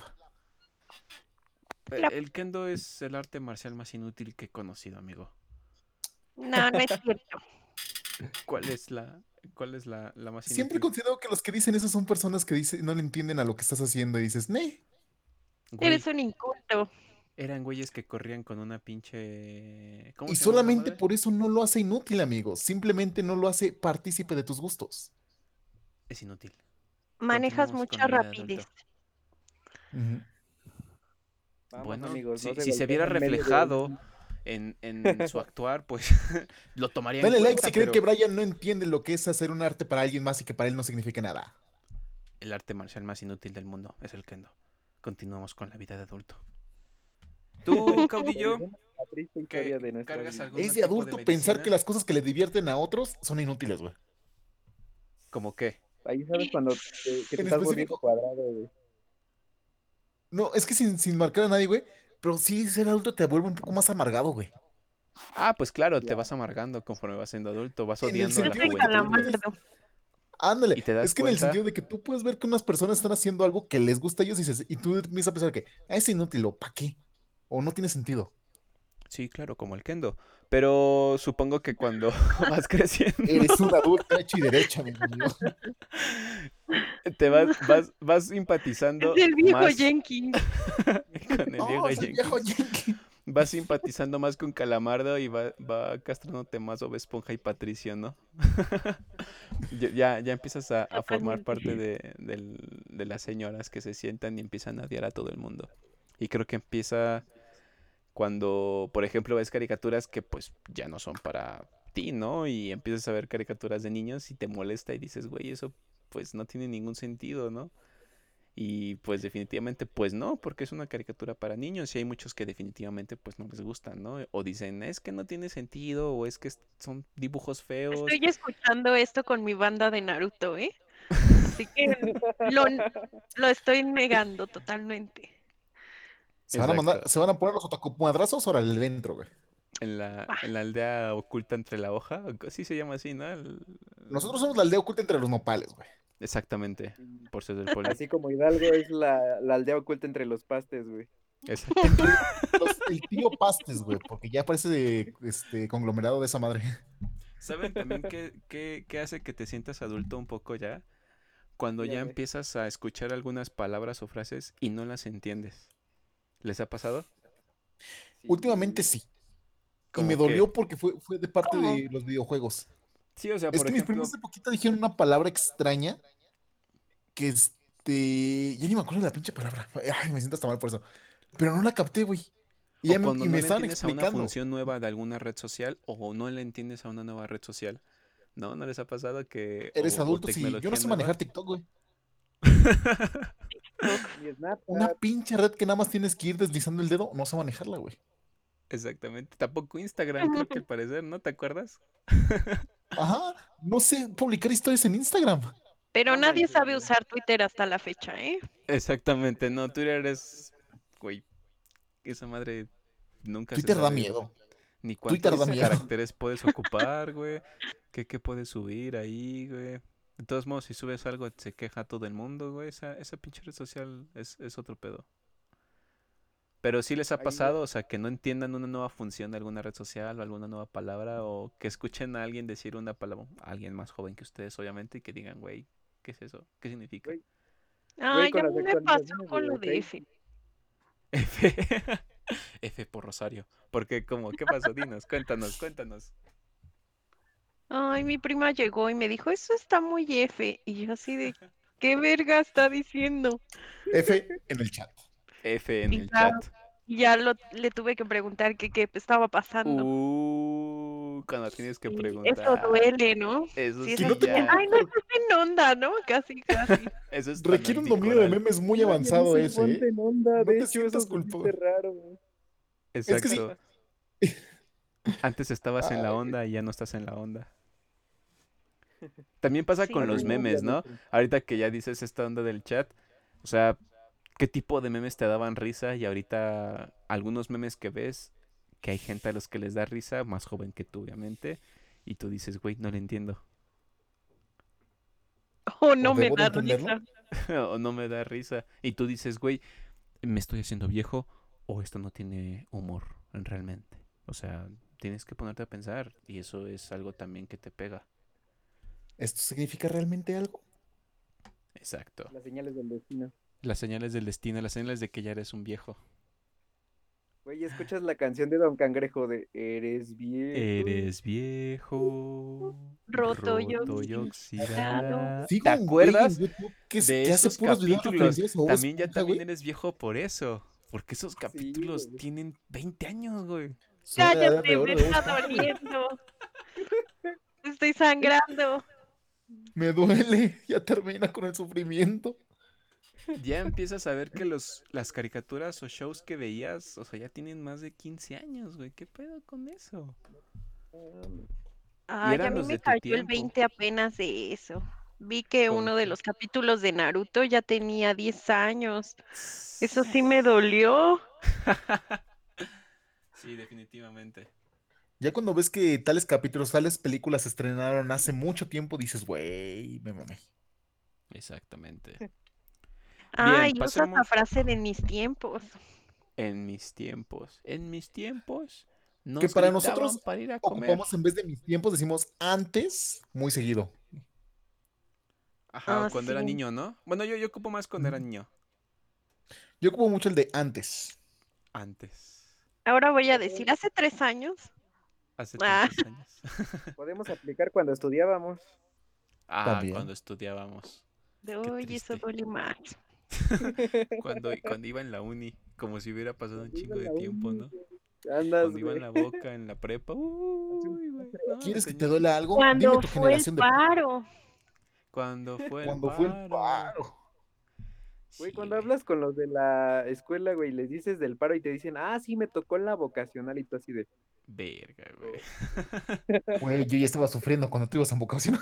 Eh, clap. El kendo es el arte marcial más inútil que he conocido, amigo. No, no es cierto. ¿Cuál es la, cuál es la, la más Siempre inútil? considero que los que dicen eso son personas que dicen, no le entienden a lo que estás haciendo y dices, ne. Güey, Eres un inculto. eran güeyes que corrían con una pinche... ¿Cómo Y se llama esa solamente madre? por eso no lo hace inútil, amigo. Simplemente no lo hace partícipe de tus gustos. Es inútil. Manejas Continuamos con mucha la vida de rapidez. adulto. Ujú. Vamos, Bueno, amigos, no si, se si se viera golpeen en medio de reflejado un... en, en su actuar, pues lo tomaría en Dale like si cuenta, creen que pero Brian no entiende lo que es hacer un arte para alguien más y que para él no significa nada. el arte marcial más inútil del mundo es el kendo. Continuamos con la vida de adulto. ¿Tú, caudillo, Regresemos a la triste historia que de nuestras cargas vidas. algún Es de tipo de adulto pensar que medicina? las cosas que le divierten a otros son inútiles, güey. ¿Cómo qué? Ahí sabes cuando te, que te En estás volviendo específico, cuadrado, güey. no, es que sin, sin marcar a nadie, güey. Pero sí, ser adulto te vuelve un poco más amargado, güey. Ah, pues claro, te vas Claro. amargando conforme vas siendo adulto, vas En el odiando la Yo sentido soy de que tú juventud, güey. puedes. calamardo. Ándale, Y te das es que en el cuenta, sentido de que tú puedes ver que unas personas están haciendo algo que les gusta a ellos y, dices- y tú empiezas a pensar que "Ah, es inútil o ¿para qué? O no tiene sentido. sí, claro, como el kendo. Pero supongo que cuando vas creciendo, Eres un adulto hecho y derecho, amigo mío. te vas, vas, vas Es simpatizando el viejo más Jenkins. con el Oh, Diego es el viejo Jenkins. Yankee. Vas simpatizando más con Calamardo y va, va castrándote más Bob Esponja y Patricio, ¿no? Ya, ya, ya empiezas a, a formar Totalmente. parte de, del- de las señoras que se sientan y empiezan a odiar a todo el mundo. Y creo que empieza cuando, por ejemplo, ves caricaturas que pues ya no son para ti, ¿no? Y empiezas a ver caricaturas de niños y te molesta y dices, güey, eso pues no tiene ningún sentido, ¿no? Y pues definitivamente pues no, porque es una caricatura para niños y hay muchos que definitivamente pues no les gustan, ¿no? O dicen, es que no tiene sentido o es que es- son dibujos feos. Estoy escuchando esto con mi banda de Naruto, ¿eh? Así que lo, lo estoy negando totalmente. Se van a mandar, Exacto. se van a poner los otaku madrazos ahora el dentro, güey. En la, Bah, en la aldea oculta entre la hoja, o sí se llama así, ¿no? El- Nosotros somos la aldea oculta entre los nopales, güey. Exactamente, por ser del poli. Así como Hidalgo es la, la aldea oculta entre los pastes, güey. Exacto. Entre los- el tío Pastes, güey, porque ya parece de, este conglomerado de esa madre. ¿Saben también qué, qué, qué hace que te sientas adulto un poco ya? Cuando ya Dígame. empiezas a escuchar algunas palabras o frases y no las entiendes. ¿Les ha pasado? Últimamente Sí. sí. Y me Como dolió que, porque fue, fue de parte ¿cómo? de los videojuegos. sí, o sea, Es por que mis primos ejemplo, hace poquito dijeron una palabra extraña que este. Ya ni me acuerdo de la pinche palabra. Ay, me siento hasta mal por eso. Pero no la capté, güey. Y, o ya me, cuando y no me le estaban entiendes a una explicando. función nueva de alguna red social o no le entiendes a una nueva red social. ¿No? ¿No les ha pasado que, Eres o, o adulto, sí. Yo no tecnología sé nueva? manejar TikTok, güey. TikTok. Y Una Snapchat. pinche red que nada más tienes que ir deslizando el dedo, no sé manejarla, güey. Exactamente. Tampoco Instagram, creo que al parecer, ¿no? ¿Te acuerdas? Ajá, no sé publicar historias en Instagram. Pero No nadie manches, sabe güey. usar Twitter hasta la fecha, ¿eh? Exactamente, no, Twitter es, güey, esa madre nunca se Twitter da sabe miedo. ni Twitter da cuántos miedo. caracteres puedes ocupar, güey, qué, qué puedes subir ahí, güey. De todos modos, si subes algo, se queja todo el mundo, güey. Esa, esa pinche red social es, es otro pedo. Pero sí les ha Ahí ya- pasado, o sea, que no entiendan una nueva función de alguna red social o alguna nueva palabra, o que escuchen a alguien decir una palabra, a alguien más joven que ustedes, obviamente, y que digan, güey, ¿qué es eso? ¿Qué significa? Güey, güey, Ay, con a las mí me pasó actualizaciones con lo de de F. Facebook. F. F por Rosario. ¿Por qué? ¿Cómo? ¿Qué pasó? Dinos, cuéntanos, cuéntanos. Ay, mi prima llegó y me dijo, eso está muy F. Y yo así de, ¿qué verga está diciendo? F en el chat. F en Y el ya, chat. y ya lo, le tuve que preguntar qué, qué estaba pasando. Uh, cuando tienes que Y eso preguntar. duele, ¿no? Eso Sí, es Si sí no te así de, ya. ay, no pregunto, estás en onda, ¿no? Casi, casi. Eso es tan requiere un dominio de anticoral. memes muy Nadie avanzado dice ese, ponte ¿eh? en onda, No de te hecho eso sientas se siente culpable. raro. Es que sí. Exacto. Antes estabas en la Ay, onda y ya no estás en la onda. También pasa Sí. con los Arruinó un día memes, ¿no? nuestro. Ahorita que ya dices esta onda del chat, o sea, ¿qué tipo de memes te daban risa? Y ahorita algunos memes que ves, que hay gente a los que les da risa, más joven que tú, obviamente, y tú dices, güey, no le entiendo. O ¿o no me debo de da entenderlo? risa. O no me da risa. Y tú dices, güey, me estoy haciendo viejo o esto no tiene humor realmente. O sea, tienes que ponerte a pensar y eso es algo también que te pega. ¿Esto significa realmente algo? Exacto. Las señales del destino. Las señales del destino, las señales de que ya eres un viejo. Güey, escuchas la canción de Don Cangrejo de Eres viejo. Eres viejo, Roto y roto y oxidado. oxidado. ¿Te Sigo a un güey en acuerdas YouTube que, es- de que hace esos puros videos capítulos? referenciados a Bob También ya Esponja, también güey. eres viejo por eso. Porque esos Sí, capítulos güey. tienen veinte años, güey. Son la edad de Cállate, oro me de Bob está Esponja, güey. doliendo. Estoy sangrando. Me duele, ya termina con el sufrimiento. Ya empiezas a ver que los, las caricaturas o shows que veías, o sea, ya tienen más de quince años, güey. ¿Qué pedo con eso? Um, Y Ay, a eran mí los me de tu cayó el tiempo. veinte apenas de eso. Vi que ¿Con uno de qué? los capítulos de Naruto ya tenía diez años. Eso sí me dolió. Sí, definitivamente. Ya cuando ves que tales capítulos, tales películas se estrenaron hace mucho tiempo, dices, güey, me mamé. Exactamente. Ah, Bien, y usas la pasemos frase de mis tiempos. en mis tiempos. En mis tiempos Que nos para gritaban nosotros para ir a comer. ocupamos en vez de mis tiempos, decimos antes muy seguido. Ajá, o Ah, cuando era sí. niño, ¿no? Bueno, yo, yo ocupo más cuando era niño. Yo ocupo mucho el de antes. Antes. Ahora voy a decir, podemos, hace tres años. Hace Ah, tantos años. podemos aplicar cuando estudiábamos. Ah, También. cuando estudiábamos. de Qué hoy eso triste. duele más. Cuando, cuando iba en la uni, como si hubiera pasado un Cuando iba chingo en de la tiempo, uni, ¿no? güey. Andas, Cuando iba en güey. la boca, en la prepa. Hace un Uy, güey. puto. No, ¿Quieres que te señor. duela algo? Dime Cuando tu fue el generación de prepa. paro. Cuando fue el Cuando fue el paro. paro. Güey, Sí, cuando güey. hablas con los de la escuela, güey, les dices del paro y te dicen, ah, sí, me tocó en la vocacional y tú así de, Verga, güey. "Oh, Güey, yo ya estaba sufriendo cuando tú ibas en vocación.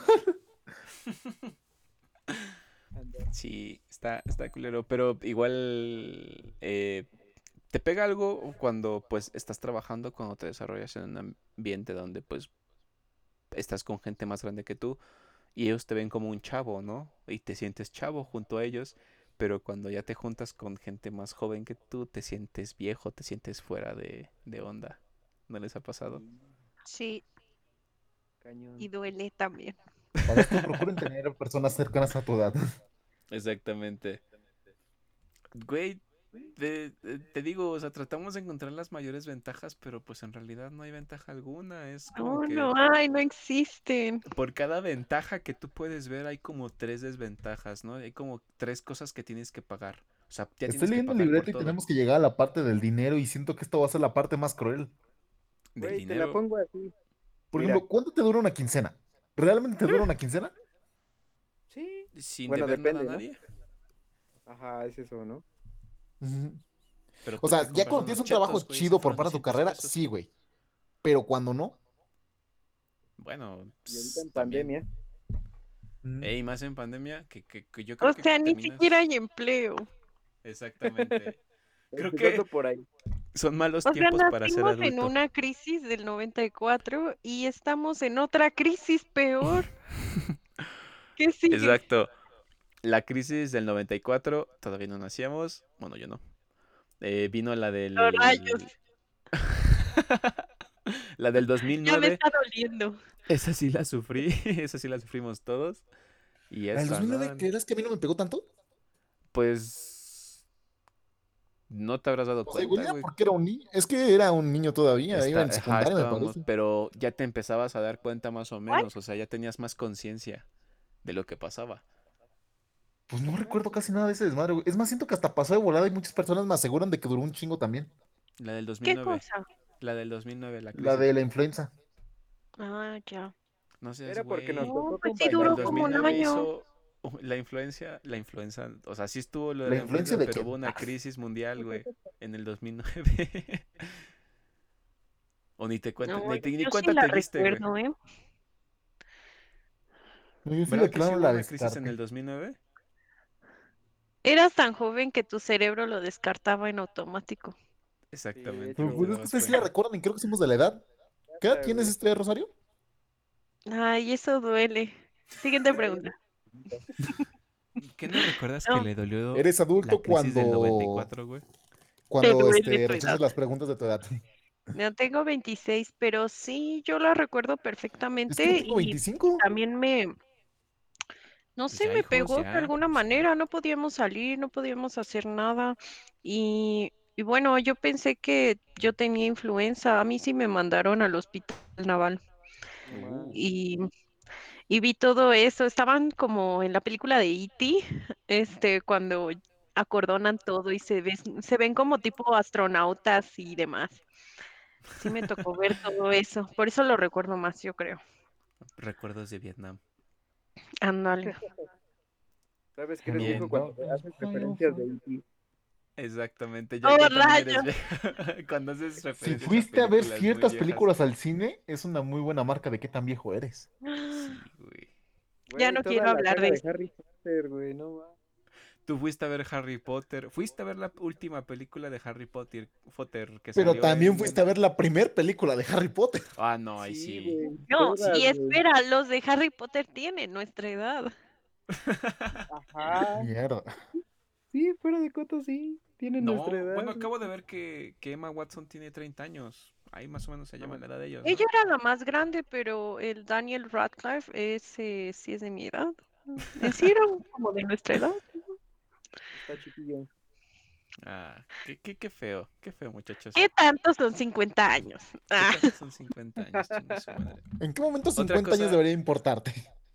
anda". Sí, está, está culero, pero igual eh, te pega algo cuando pues estás trabajando, cuando te desarrollas en un ambiente donde pues estás con gente más grande que tú y ellos te ven como un chavo, ¿no? Y te sientes chavo junto a ellos, pero cuando ya te juntas con gente más joven que tú, te sientes viejo, te sientes fuera de, de onda. ¿No les ha pasado? Sí, Sí, y cañón. duele también. Para esto procuren tener personas cercanas a tu edad. Exactamente. Güey, te, te- te digo, o sea, tratamos de encontrar las mayores ventajas, pero pues en realidad no hay ventaja alguna. Es como No, que no hay, no existen. por cada ventaja que tú puedes ver hay como tres desventajas, ¿no? Hay como tres cosas que tienes que pagar. O sea, ya Estoy tienes que leyendo el pagar por libreto y todo. tenemos que llegar a la parte del dinero y siento que esto va a ser la parte más cruel. Del Güey, te la dinero. pongo así. Por Mira, ejemplo, ¿cuánto te dura una quincena? ¿Realmente te dura una quincena? sí. Sin Bueno, deber nada a depende, ¿no? nadie. Ajá, es eso, ¿no? Ujú. Pero O tú te sea, ya compras cuando tienes unos un trabajo chetos, güey, y se chido por fueron parte de tu doscientos carrera, pesos. sí, güey. Pero cuando no, Bueno, Y ahorita ps, en también. pandemia. mm, Ey, más en pandemia, que, que, que yo O creo que sea, ni siquiera terminas. hay empleo. Exactamente. Creo que Empezando por ahí. son malos O sea, tiempos para ser nacimos en adulto. una crisis del noventa y cuatro y estamos en otra crisis peor. ¿Qué sigue? Exacto. La crisis del noventa y cuatro, todavía no nacíamos. Bueno, yo no. Eh, vino la Los rayos. del... la del Ya me dos mil nueve. está doliendo. Esa sí la sufrí. Esa sí la sufrimos todos. Y ¿La del esta, dos mil nueve ¿no? creerás que a mí no me pegó tanto? Pues... No te habrás dado O sea, cuenta, igual ya güey. porque era un niño. Es que era un niño todavía, iba Está, en ajá, secundaria, me estábamos, parece. pero ya te empezabas a dar cuenta más o ¿Cuál? menos, o sea, ya tenías más conciencia de lo que pasaba. Pues no recuerdo casi nada de ese desmadre, güey. Es más, siento que hasta pasó de volada y muchas personas me aseguran de que duró un chingo también. La del dos mil ¿Qué nueve, cosa? la del dos mil nueve, la La crisis. de la influenza. Ah, ya. No seas Era porque nos güey. No, tocó pues sí La del duró acompañar como un con... dos mil nueve año. hizo uh, la influencia, la influenza, o sea, sí estuvo lo de ¿La la influencia influenza, de pero qué? hubo una Ah, crisis mundial, güey, en el dos mil nueve. O ni te cuenta, No, ni, te- ni yo sí cuenta la te diste, güey. recuerdo, ¿eh? no, yo sí ¿Verdad de que sí plano hubo la una crisis en el descarté. dos mil nueve? Eras tan joven que tu cerebro lo descartaba en automático. Sí, de Exactamente, Pero ni hecho, te pues es que dabas ustedes sí la cuenta. recuerdan y creo que somos de la edad. ¿Qué edad neta, tienes güey. este Rosario? Ay, eso duele. Siguiente pregunta. ¿Qué no recuerdas que No, le dolió Eres la adulto crisis del noventa y cuando, cuatro, güey? te cuando duele este, tu rechazas edad. las preguntas de tu edad. No tengo veintiséis, pero sí, yo la recuerdo Es que yo perfectamente tengo y, y veinticinco. también me, no Pues sé, ya, me hijos, pegó de ya. alguna manera. No podíamos salir, no podíamos hacer nada. Y, y bueno, yo pensé que yo tenía influenza. A mí sí me mandaron al hospital naval. No Uh, mames. Y Y vi todo eso, estaban como en la película de E T, este, cuando acordonan todo y se ves, se ven como tipo astronautas y demás. Sí me tocó ver todo eso, por eso lo recuerdo más, yo creo. recuerdos de Vietnam. Ándale. ¿Sabes que eres Hello, viejo Bien, cuando darkness, haces my old referencias de friend. E T? exactamente. Ya, ¡Oh, ya también eres rayos! vieja. Cuando haces Si referencias a fuiste a ver películas muy ciertas viejas. películas al cine, es una muy buena marca de qué tan viejo eres. Sí, güey. Ya Güey, no toda quiero la hablar saga de de eso. Harry Potter, güey, no mames. Tú fuiste a ver Harry Potter. Fuiste a ver la última película de Harry Potter, Potter que Pero salió también fuiste en... a ver la primer película de Harry Potter. Ah, no, ahí Sí, sí. güey, No, todas, y güey. espera, los de Harry Potter tienen nuestra edad. Ajá. Mierda. Sí, fuera de coto, sí. Tienen nuestra No, edad, bueno, güey. acabo de ver que, que Emma Watson tiene treinta años. Ahí más o menos se llama No, la edad de ellos, Ella ¿no? era la más grande, pero el Daniel Radcliffe, ese sí es de mi edad. En sí eran como de nuestra edad. está chiquillo. Ah, qué, qué, qué feo, qué feo, muchachos. ¿Qué tanto son cincuenta años? ¿Qué Ah. tanto son cincuenta años, chingue su madre? ¿En qué momento Otra cincuenta años cosa, debería importarte?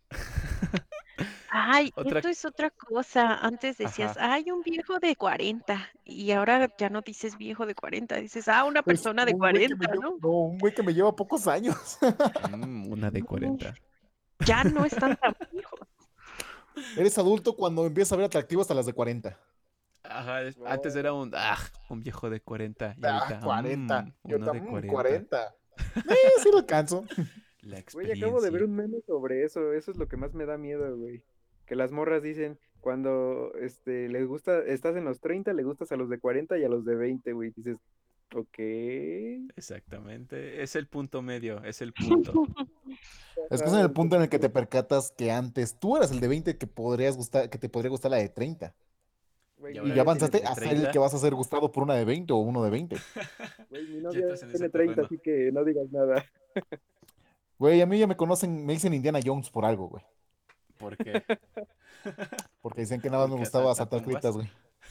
Ay, otra, esto es otra cosa. Antes decías, ajá. hay un viejo de cuarenta y ahora ya no dices viejo de cuarenta, dices, ah, una Es persona de un güey que me cuarenta, lleva, ¿no? no, un güey que me lleva pocos años. Mm, una de No, cuarenta. ya no están tan viejos. Eres adulto cuando empiezas a ver atractivo hasta las de cuarenta. Ajá, es- antes era No, un, ah, un viejo de cuarenta y Ah, ahorita, cuarenta. mmm, Yo uno de también, cuarenta. cuarenta. Eh, sí lo alcanzo. La güey, acabo de ver experiencia. un meme sobre eso. Eso es lo que más me da miedo, güey. Que las morras dicen, cuando este les gusta, estás en los treinta, le gustas a los de cuarenta y a los de veinte, güey. Dices, ok. Exactamente, es el punto medio, es el punto. Es que es en el punto en el que te percatas que antes tú eras el de veinte que podrías gustar, que te podría gustar la de treinta. Güey, Y mi Y ahora ya ya novia tiene tienes avanzaste el de a treinta. ser el que treinta. vas a ser gustado por una de veinte o uno de veinte. Güey, mi Ya novia estás en ese tiene treinta, terreno. así que no digas nada. Güey, a mí ya me conocen, me dicen Indiana Jones por algo, güey. ¿Por qué? Porque dicen que nada más me Porque gustaba asalta saltar tumbas. criptas, güey.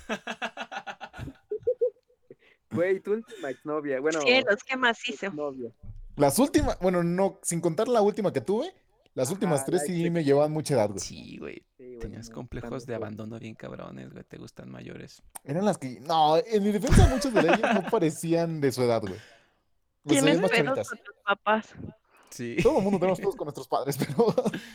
Güey, tu última exnovia, bueno, Cielos, qué macizo. exnovia. Las últimas, bueno, no, sin contar la última que tuve, las últimas Ajá, tres la ex sí ex. me llevaban mucha edad, güey. Sí, güey. Sí, güey, Tenías no, están complejos de mejor. abandono bien cabrones, güey. Te gustan mayores. Eran las que, no, en mi defensa muchas de ellas no parecían de su edad, güey. Pues se Tienes veían más pedos chavitas. con tus papás. Sí. Todo el mundo tenemos pedos con nuestros padres, pero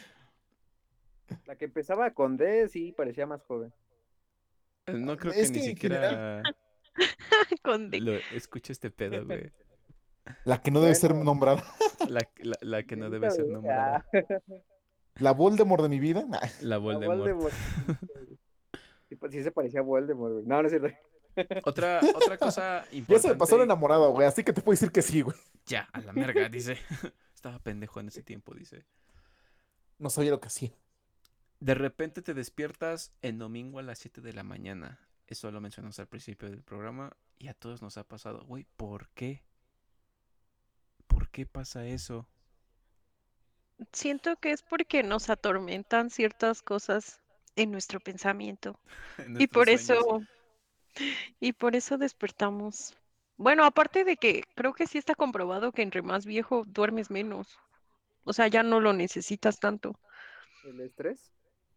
La que empezaba con D, sí, parecía más joven. No creo que es ni que en general, siquiera Con de- lo escuche este pedo, güey. la que no debe ser Bueno, nombrada, La, la, la que no Angelita debe ser bebé, ah, nombrada. la Voldemort de mi vida, nah. La a Voldemort. Voldemort. Sí, pues, sí se parecía a Voldemort, güey. No, no es cierto. Otra, otra cosa Ya se me pasó lo importante. enamorado, güey, así que te puedo decir que sí, güey. Ya, a la merga, dice. Estaba pendejo en ese tiempo, dice. No sabía lo que hacía. De repente te despiertas en domingo a las siete de la mañana. Eso lo mencionamos al principio del programa y a todos nos ha pasado. Güey, ¿por qué? ¿Por qué pasa eso? Siento que es porque nos atormentan ciertas cosas en nuestro pensamiento En y nuestros por sueños. eso, y por eso despertamos. Bueno, aparte de que creo que sí está comprobado que entre más viejo duermes menos. O sea, ya no lo necesitas tanto. ¿El estrés?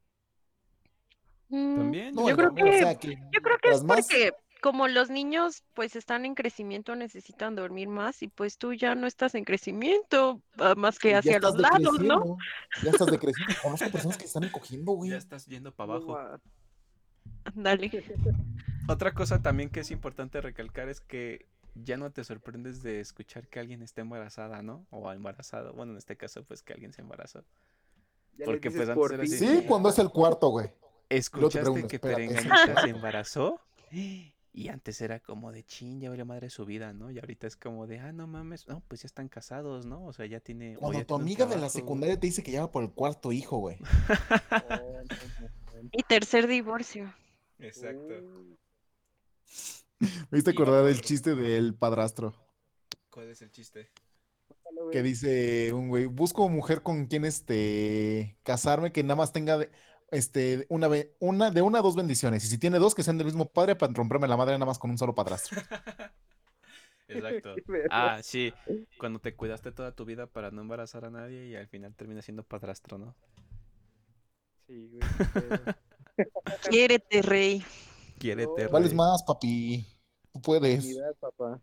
Mm, También, yo No, yo el creo creo. dormir, o que, sea, que yo creo que es tras más, porque como los niños pues están en crecimiento, necesitan dormir más y pues tú ya no estás en crecimiento, ah, más que y ya hacia los estás lados, ¿no? decreciendo, ya estás decreciendo. Conozco personas que se están encogiendo, Ya güey. estás yendo para No abajo. ma. Dale. Otra cosa también que es importante recalcar es que ya no te sorprendes de escuchar que alguien esté embarazada, ¿no? O embarazado. Bueno, en este caso, pues que alguien se embarazó. Ya les Porque dices pues antes por era así, fin, Sí, hija. cuando es el cuarto, güey. Y luego te ¿escuchaste pregunto, que espérate, ¿es el Perenganita se cuarto? embarazó? Y antes era como de chin, ya vale madre su vida, ¿no? Y ahorita es como de, ah, no mames, no, pues ya están casados, ¿no? O sea, ya tiene, o Cuando ya tu tiene un amiga de la trabajo. secundaria te dice que ya va por el cuarto hijo, güey. Oh, no, no, no. Y tercer divorcio. Exacto. Uh, Me hice Y acordar por... del chiste del padrastro. ¿Cuál es el chiste? cuéntalo, Que güey. dice un güey, busco mujer con quien este casarme que nada más tenga de- este una, be- una de una a dos bendiciones. Y si tiene dos, que sean del mismo padre para romperme la madre nada más con un solo padrastro. Exacto. Qué verga. Ah, sí, cuando te cuidaste toda tu vida para no embarazar a nadie y al final terminas siendo padrastro, ¿no? Sí, güey, qué pedo. Quiérete, rey. Quiérete, No, Vales rey. más, papi. Tú puedes. dignidad, papá.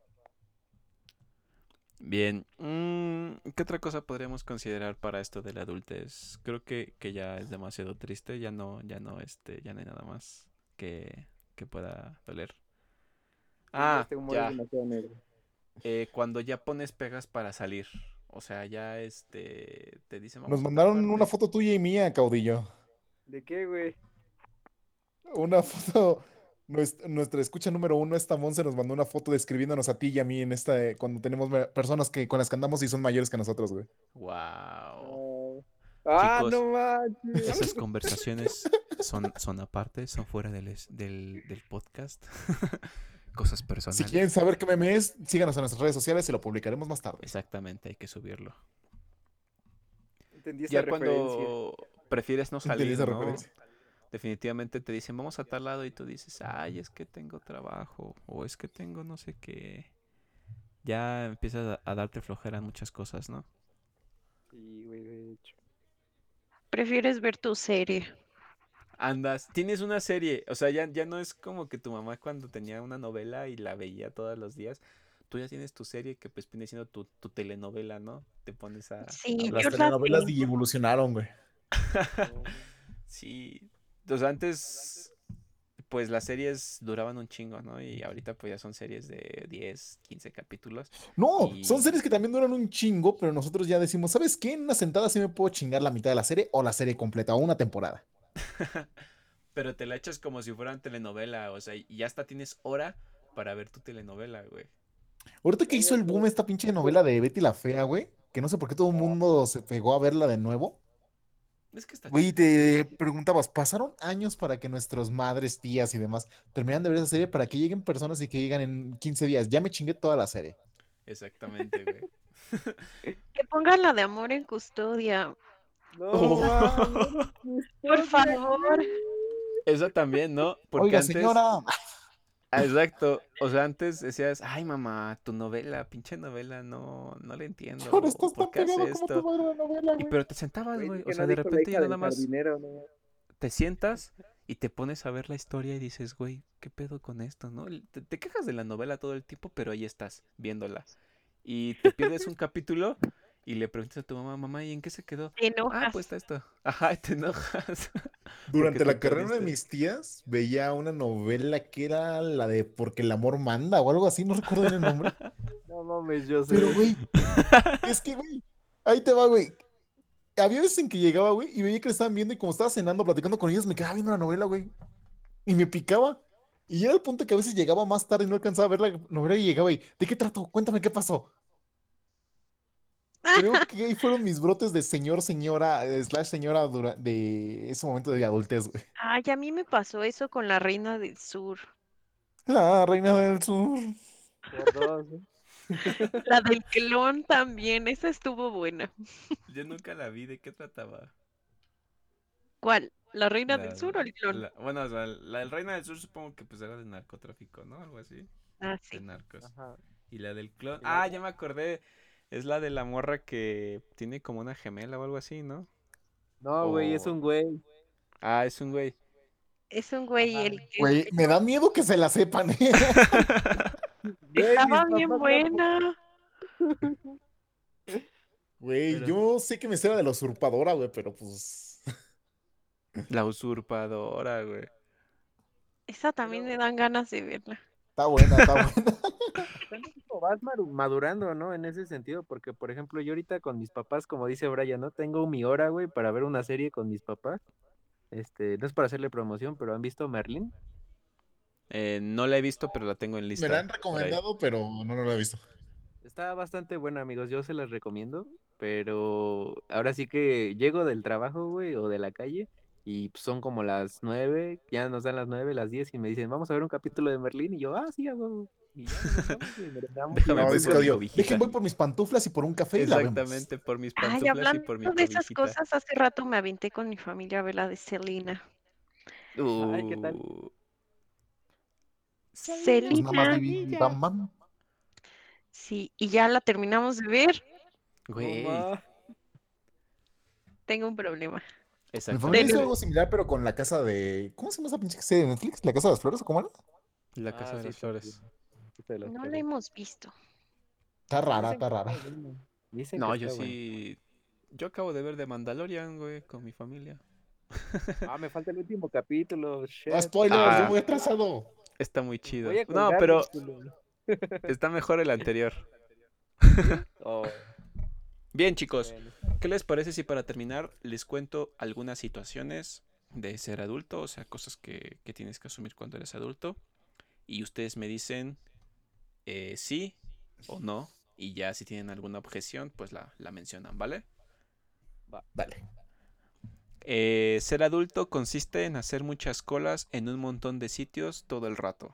Bien, mm, ¿qué otra cosa podríamos considerar para esto de la adultez? Creo que, que ya es demasiado triste, ya no, ya no, este, ya no hay nada más que, que pueda doler. Sí, Ah, este humor es ya, demasiado negro. eh, cuando ya pones pegas para salir, o sea, ya, este, te dicen, Nos vamos a tal mandaron una parte. foto tuya y mía, caudillo. ¿De qué, güey? Una foto. Nuestra, nuestra escucha número uno, esta Monse, nos mandó una foto describiéndonos a ti y a mí en esta, eh, cuando tenemos me- personas que con las que andamos y son mayores que nosotros, güey. Wow. No. Ah, Chicos, no manches. esas conversaciones son, son aparte, son fuera del, es- del, del podcast. Cosas Si quieren personales. saber qué meme es, síganos en nuestras redes sociales y lo publicaremos más tarde. Exactamente, hay que subirlo. Entendí esa Ya referencia. cuando prefieres no Entendí salir, esa ¿no? referencia. Definitivamente te dicen, vamos a tal lado y tú dices, ay, es que tengo trabajo o es que tengo no sé qué. Ya empiezas a, a darte flojera en muchas cosas, ¿no? Sí, güey, de hecho. Prefieres ver tu serie. Andas, tienes una serie, o sea, ya, ya no es como que tu mamá cuando tenía una novela y la veía todos los días. Tú ya tienes tu serie que pues viene siendo tu, tu telenovela, ¿no? Te pones a, a Sí, ver. Las yo la telenovelas tengo. evolucionaron, güey. No. Sí, o sea, antes pues las series duraban un chingo, ¿no? Y ahorita pues ya son series de diez, quince capítulos. No, son series Y... que también duran un chingo, pero nosotros ya decimos, ¿sabes qué? En una sentada sí me puedo chingar la mitad de la serie o la serie completa o una temporada. Pero te la echas como si fueran telenovela, o sea, y ya hasta tienes hora para ver tu telenovela, güey. Ahorita que No, ya hizo el sé. boom esta pinche novela de Betty la Fea, güey, que no sé por qué todo el No, mundo se pegó a verla de nuevo. Es que está Güey, chida. te preguntabas, ¿pasaron años para que nuestros madres, tías y demás terminaran de ver esa serie para que lleguen personas y que digan en quince días, ya me chingué toda la serie? Exactamente, güey. Que pongan la de Amor en Custodia. no, Oh. ma, amor en Por custodia, favor. güey. Esa también, ¿no? Porque Oiga, antes, señora, ah, exacto, o sea, antes decías, ay mamá, tu novela, pinche novela, no, no la ahora entiendo, estás ¿por tan qué hace pegado como tu esto? madre a la novela, Y güey. pero te sentabas, Güey, di güey, o que sea, no de dijo la repente ya hija nada del más jardinero, no. te sientas y te pones a ver la historia y dices, güey, ¿qué pedo con esto, no? Te, te quejas de la novela todo el tiempo, pero ahí estás, viéndola. Y te pierdes un capítulo y le preguntas a tu mamá, mamá, ¿y en qué se quedó? Te Ah, pues enojas. está esto. Ajá, y te enojas porque Durante te la carrera de perdiste. mis tías veía una novela que era la de Porque el amor manda o algo así, no recuerdo bien el nombre. No mames, yo Pero, sé. güey, es que, güey, ahí te va, güey. Había veces en que llegaba, güey, y veía que le estaban viendo y como estaba cenando, platicando con ellos, me quedaba viendo la novela, güey. Y me picaba. Y era el punto que a veces llegaba más tarde y no alcanzaba a ver la novela y llegaba y, ¿de qué trató? Cuéntame qué pasó. Creo que ahí fueron mis brotes de señor, señora, eh, slash señora dura- de ese momento de adultez, güey. Ay, a mí me pasó eso con la Reina del Sur. La reina del sur. Por dos, ¿eh? La del clon también, esa estuvo buena. Yo nunca la vi, ¿de qué trataba? ¿Cuál? ¿La Reina del La, Sur o el clon? la- bueno, o sea, la del Reina del Sur supongo que pues era de narcotráfico, ¿no? Algo así, Ah, de sí. narcos. Ajá. Y la del clon. Y la Ah, otra, ya me acordé. Es la de la morra que tiene como una gemela o algo así, ¿no? no, güey, es O. un güey. Ah, es un güey. Es un güey Ajá. el que Güey, me da miedo que se la sepan, ¿eh? Güey, mis estaba bien papás la pu- buena. Güey, Pero. yo sé que me será de la usurpadora, güey, pero pues. La usurpadora, güey. Esa también me Pero dan ganas de verla. Está buena, está buena. también como vas maru- madurando, ¿no? En ese sentido, porque por ejemplo, yo ahorita con mis papás, como dice Brian, ¿no? Tengo mi hora, güey, para ver una serie con mis papás. Este, no es para hacerle promoción, pero ¿han visto Merlín? Eh, no la he visto, pero la tengo en Me la lista han por ahí. recomendado, pero no, no la he visto. Está bastante buena, amigos, yo se las recomiendo, pero ahora sí que llego del trabajo, güey, o de la calle, y pues, son como las nueve, ya nos dan las nueve, las diez, y me dicen, vamos a ver un capítulo de Merlín, y yo, ah, sí, a huevo. Y ya nos vamos, güey, merendamos y Déjame ya No, voy nos dice por mi dormimos. Claudio, dejen cobijita. voy por mis pantuflas y por un café y la vemos. Exactamente, por mis Ay, pantuflas y hablando por mi de esas cobijita. cosas, hace rato me aventé con mi familia a ver la de Selena. Ay, ¿qué tal? Uh, Selena Pues nada más Selena, vi vi Quintanilla. Bam Bam. sí, y ya la terminamos de ver. No Güey, más. Tengo un problema. Mi familia hizo exactamente. Del- algo similar, pero con la casa de. ¿Cómo se llama esa pinche serie de Netflix? ¿La casa de las flores o cómo era? La Casa Ah, de sí, las también. Flores. Quita de las no la flores. hemos visto. Está rara, Dicen está que rara. está bueno. Dicen que No, yo está bueno. sí. Yo acabo de ver de Mandalorian, güey, con mi familia. Ah, me falta el último capítulo, No, shit. spoilers, yo Ah, voy atrasado. está muy Voy chido. a No, colgarme, pero culo. está mejor el anterior. ¿Sí? Oh, Bien, chicos, bueno. ¿qué les parece si para terminar les cuento algunas situaciones de ser adulto? O sea, cosas que, que tienes que asumir cuando eres adulto. Y ustedes me dicen eh, sí o no. Y ya si tienen alguna objeción, pues la, la mencionan, ¿vale? Va. Dale. Eh, ser adulto consiste en hacer muchas colas en un montón de sitios todo el rato.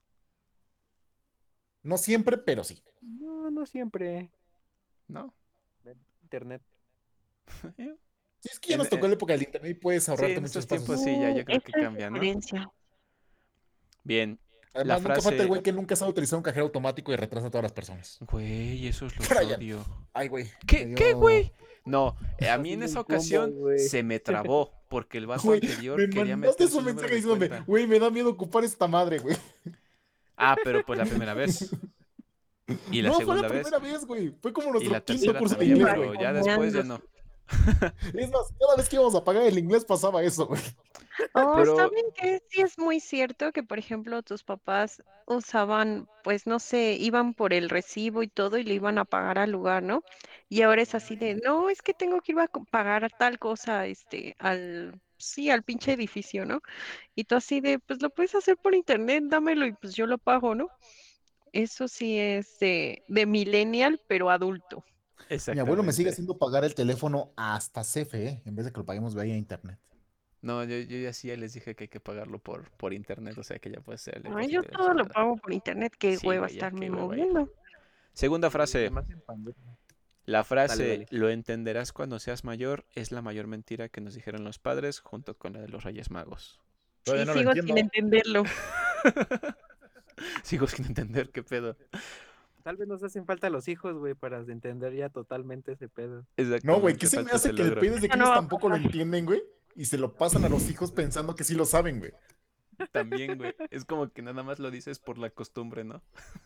No siempre, pero sí. No, no siempre. ¿No? Internet. Eh, Si es que ya en- nos tocó eh, la época del internet y puedes sí, ahorrarte en muchos estos tiempos pasos. sí, ya Mm, yo creo que esa es cambia, ¿no? diferencia. Bien, la Además, nunca falta el frase... güey que nunca sabe utilizar un cajero automático y retrasa a todas las personas. Güey, esos los Brian. odio. Ay, güey. Me ¿Qué, qué, dio. güey? No, eh, a Está mí en haciendo esa un combo, ocasión güey. se me trabó porque el vato Güey, anterior me quería mandaste meter un su número mensaje de diciéndome, cuenta. güey, me da miedo ocupar esta madre, güey. Ah, pero pues la primera vez. Y la No, fue la segunda vez. primera vez, güey. Fue como Y nuestro la quinto tercera curso de también, inglés, pero güey. ya después ya no. Es más, cada vez que íbamos a pagar el inglés pasaba eso, güey. Oh, Pero, ¿saben qué? Sí es muy cierto que, por ejemplo, tus papás usaban, pues no sé, iban por el recibo y todo y le iban a pagar al lugar, ¿no? Y ahora es así de, no, es que tengo que ir a co- pagar tal cosa, este, al, sí, al pinche edificio, ¿no? Y tú así de, pues lo puedes hacer por internet, dámelo y pues yo lo pago, ¿no? Eso sí es de, de millennial, pero adulto. Mi abuelo me sigue exactamente. haciendo pagar el teléfono hasta C F E, en vez de que lo paguemos vía internet. No, yo, yo ya sí ya les dije que hay que pagarlo por, por internet, o sea que ya puede ser el Ay, yo depósito y la todo lo chingada. pago por internet, qué Sí, hueva güey, ya, estarme qué hueva ir. moviendo. Segunda Sí, frase. además en pandemia. La Dale, frase dale. lo entenderás cuando seas mayor es la mayor mentira que nos dijeron los padres junto con la de los Reyes Magos. Todavía Sí, no lo sigo sin entiendo. entenderlo. Sigo sin entender qué pedo. Tal vez nos hacen falta los hijos, güey, para entender ya totalmente ese pedo. No, güey, Exactamente, ¿qué se me falta ese hace que el logro. pedo es de que Eso no ellos va a tampoco lo pasar. entienden, güey? Y se lo pasan a los hijos pensando que sí lo saben, güey. También, güey. Es como que nada más lo dices por la costumbre, ¿no?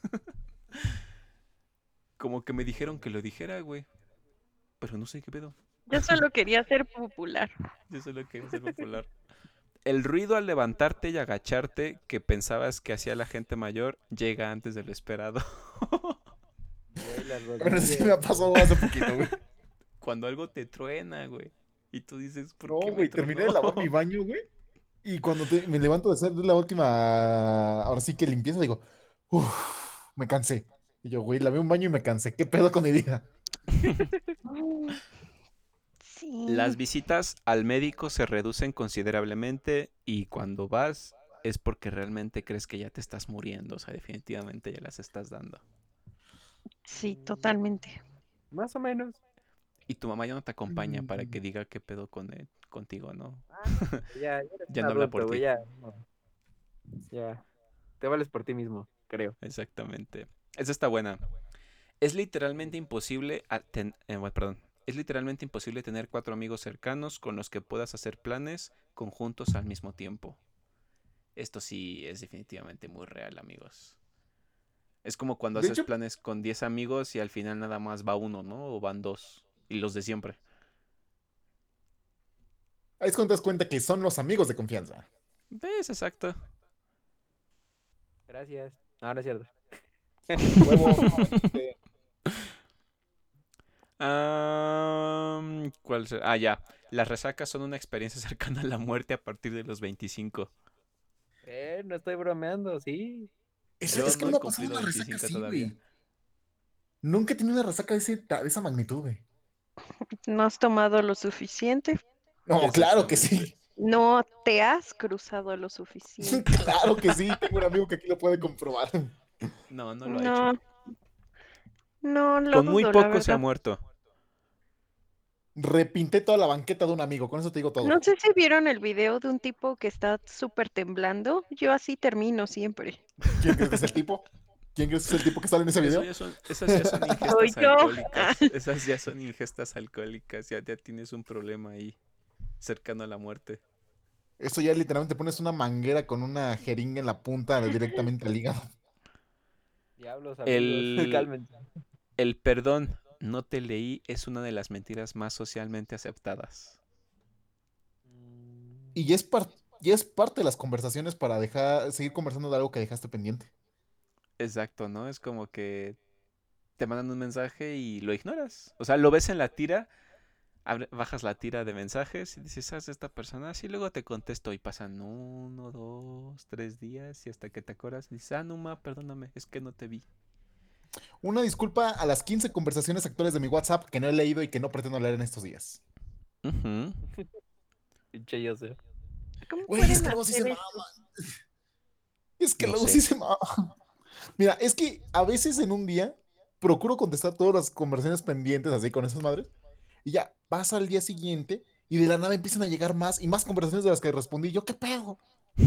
Como que me dijeron que lo dijera, güey. Pero no sé qué pedo. Yo solo quería ser popular. Yo solo quería ser popular. El ruido al levantarte y agacharte que pensabas que hacía la gente mayor llega antes de lo esperado. Güey, las Pero eso sí me rodillas. ha pasado hace poquito, güey. Cuando algo te truena, güey. Y tú dices, ¿por No, qué me güey, terminé de tronó? lavar mi baño, güey. Y cuando te- me levanto de hacer la última, ahora sí que limpieza, digo, uff, me cansé. Y yo, güey, lavé un baño y me cansé. ¿Qué pedo con mi vida? Mm, Sí. Las visitas al médico se reducen considerablemente y cuando vas es porque realmente crees que ya te estás muriendo, o sea, definitivamente ya las estás dando. Sí, Mm, totalmente. Más o menos. Y tu mamá ya no te acompaña para que Mm. diga qué pedo con él, contigo, ¿no? Ah, no, güey, ya, ya eres Ya un no habla por adulto, güey, ti. ya, no, ya. Te vales por ti mismo, creo. Exactamente. Esa está buena. Es literalmente imposible, a- ten- eh, bueno, perdón, es literalmente imposible tener cuatro amigos cercanos con los que puedas hacer planes conjuntos al mismo tiempo. Esto sí es definitivamente muy real, amigos. Es como cuando De haces hecho, planes con diez amigos y al final nada más va uno, ¿no? O van dos. Y los de siempre. ahí es cuando te das cuenta que son los amigos de confianza. ¿Ves? Exacto. Gracias. No, no es cierto. Huevo, no, este, Am, ¿cuál se- Ah, ya. Las resacas son una experiencia cercana a la muerte a partir de los veinticinco. Eh, no estoy bromeando, sí. es, Yo es que no no he me ha pasado cumplido una resaca veinticinco así, todavía. güey. Nunca he tenido una resaca de, ese ta- de esa magnitud, güey. ¿No has tomado lo suficiente? No, claro que Exactamente. sí. No te has cruzado lo suficiente. Claro que sí. Tengo un amigo que aquí lo puede comprobar. No, no lo ha hecho. No, no lo Con muy dudo, la poco se ha verdad. muerto. Repinté toda la banqueta de un amigo. Con eso te digo No todo. sé si vieron el video de un tipo que está súper temblando. Yo así termino siempre. ¿Quién crees que es el tipo? ¿Quién crees que es el tipo que sale en ese Eso video? ya son, esas ya son Soy ingestas yo. Ah, alcohólicas. Esas ya son ingestas alcohólicas. Ya, ya tienes un problema ahí, cercano a la muerte. Eso ya literalmente pones una manguera con una jeringa en la punta directamente al hígado. Diablos, amigos, El, cálmense. el perdón, no te leí, es una de las mentiras más socialmente aceptadas. Mm, Y ya es, par- ya es parte de las conversaciones para dejar, seguir conversando de algo que dejaste pendiente. Exacto, ¿no? Es como que te mandan un mensaje y lo ignoras. O sea, lo ves en la tira, abre- bajas la tira de mensajes y dices, ¿sabes esta persona? Sí, luego te contesto y pasan uno, dos, tres días y hasta que te acuerdas dices, ah, no, ma, perdóname, es que no te vi. Una disculpa a las quince conversaciones actuales de mi WhatsApp que no he leído y que no pretendo leer en estos días. Ujú. Pinche Joseph. ¿Cómo Güey, es pueden que luego sí se hacer mama. eso? Es que No luego sí sé. se mama. Mira, es que a veces en un día procuro contestar todas las conversaciones pendientes así con esas madres. Y ya pasa al día siguiente y de la nada empiezan a llegar más y más conversaciones de las que respondí. Yo, ¿qué pedo?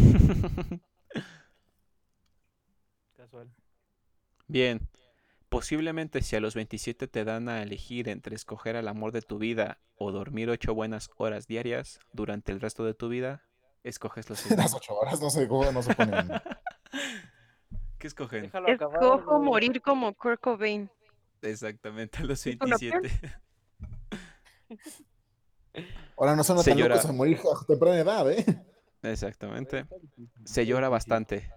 Casual. Bien, posiblemente si a los veintisiete te dan a elegir entre escoger al amor de tu vida o dormir ocho buenas horas diarias durante el resto de tu vida, escoges lo Las segundo. ocho horas no se, no se ponen. ¿Qué escogen? Déjalo acabar, Escojo güey. morir como Kurt Cobain. Exactamente, a los ¿Es una opción? veintisiete. Ahora no suena Se tan locos llora, a morir a temprana edad, ¿eh? Güey, exactamente. está difícil, Se está llora difícil. bastante.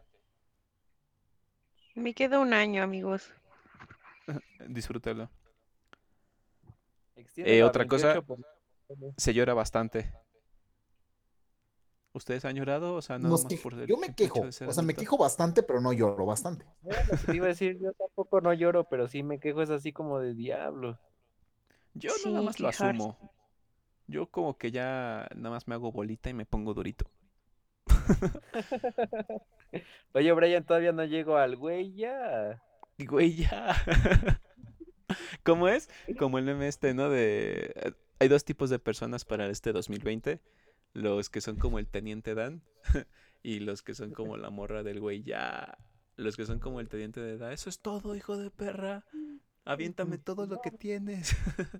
Me queda un año, amigos. Disfrútalo. Eh, Extiéndelo a otra cosa, veintiocho por... se llora bastante. ¿Ustedes han llorado? O sea, nada Nos más quej- por el Yo me simple hecho de quejo. ser O sea, me adulto. quejo bastante, pero no lloro bastante. Era lo que te iba a decir, yo tampoco no lloro, pero sí me quejo, es así como de diablo. Yo nada Sí, más lo quejarse. asumo. Yo como que ya nada más me hago bolita y me pongo durito. Oye, Brian, todavía no llego al güey, ya. Y güey, ya. ¿Cómo es? Como el meme este, ¿no? De... eh, Hay dos tipos de personas para este dos mil veinte. Los que son como el Teniente Dan y los que son como la morra del güey, ya. Los que son como el Teniente de Dan. Eso es todo, hijo de perra. Aviéntame todo lo que tienes.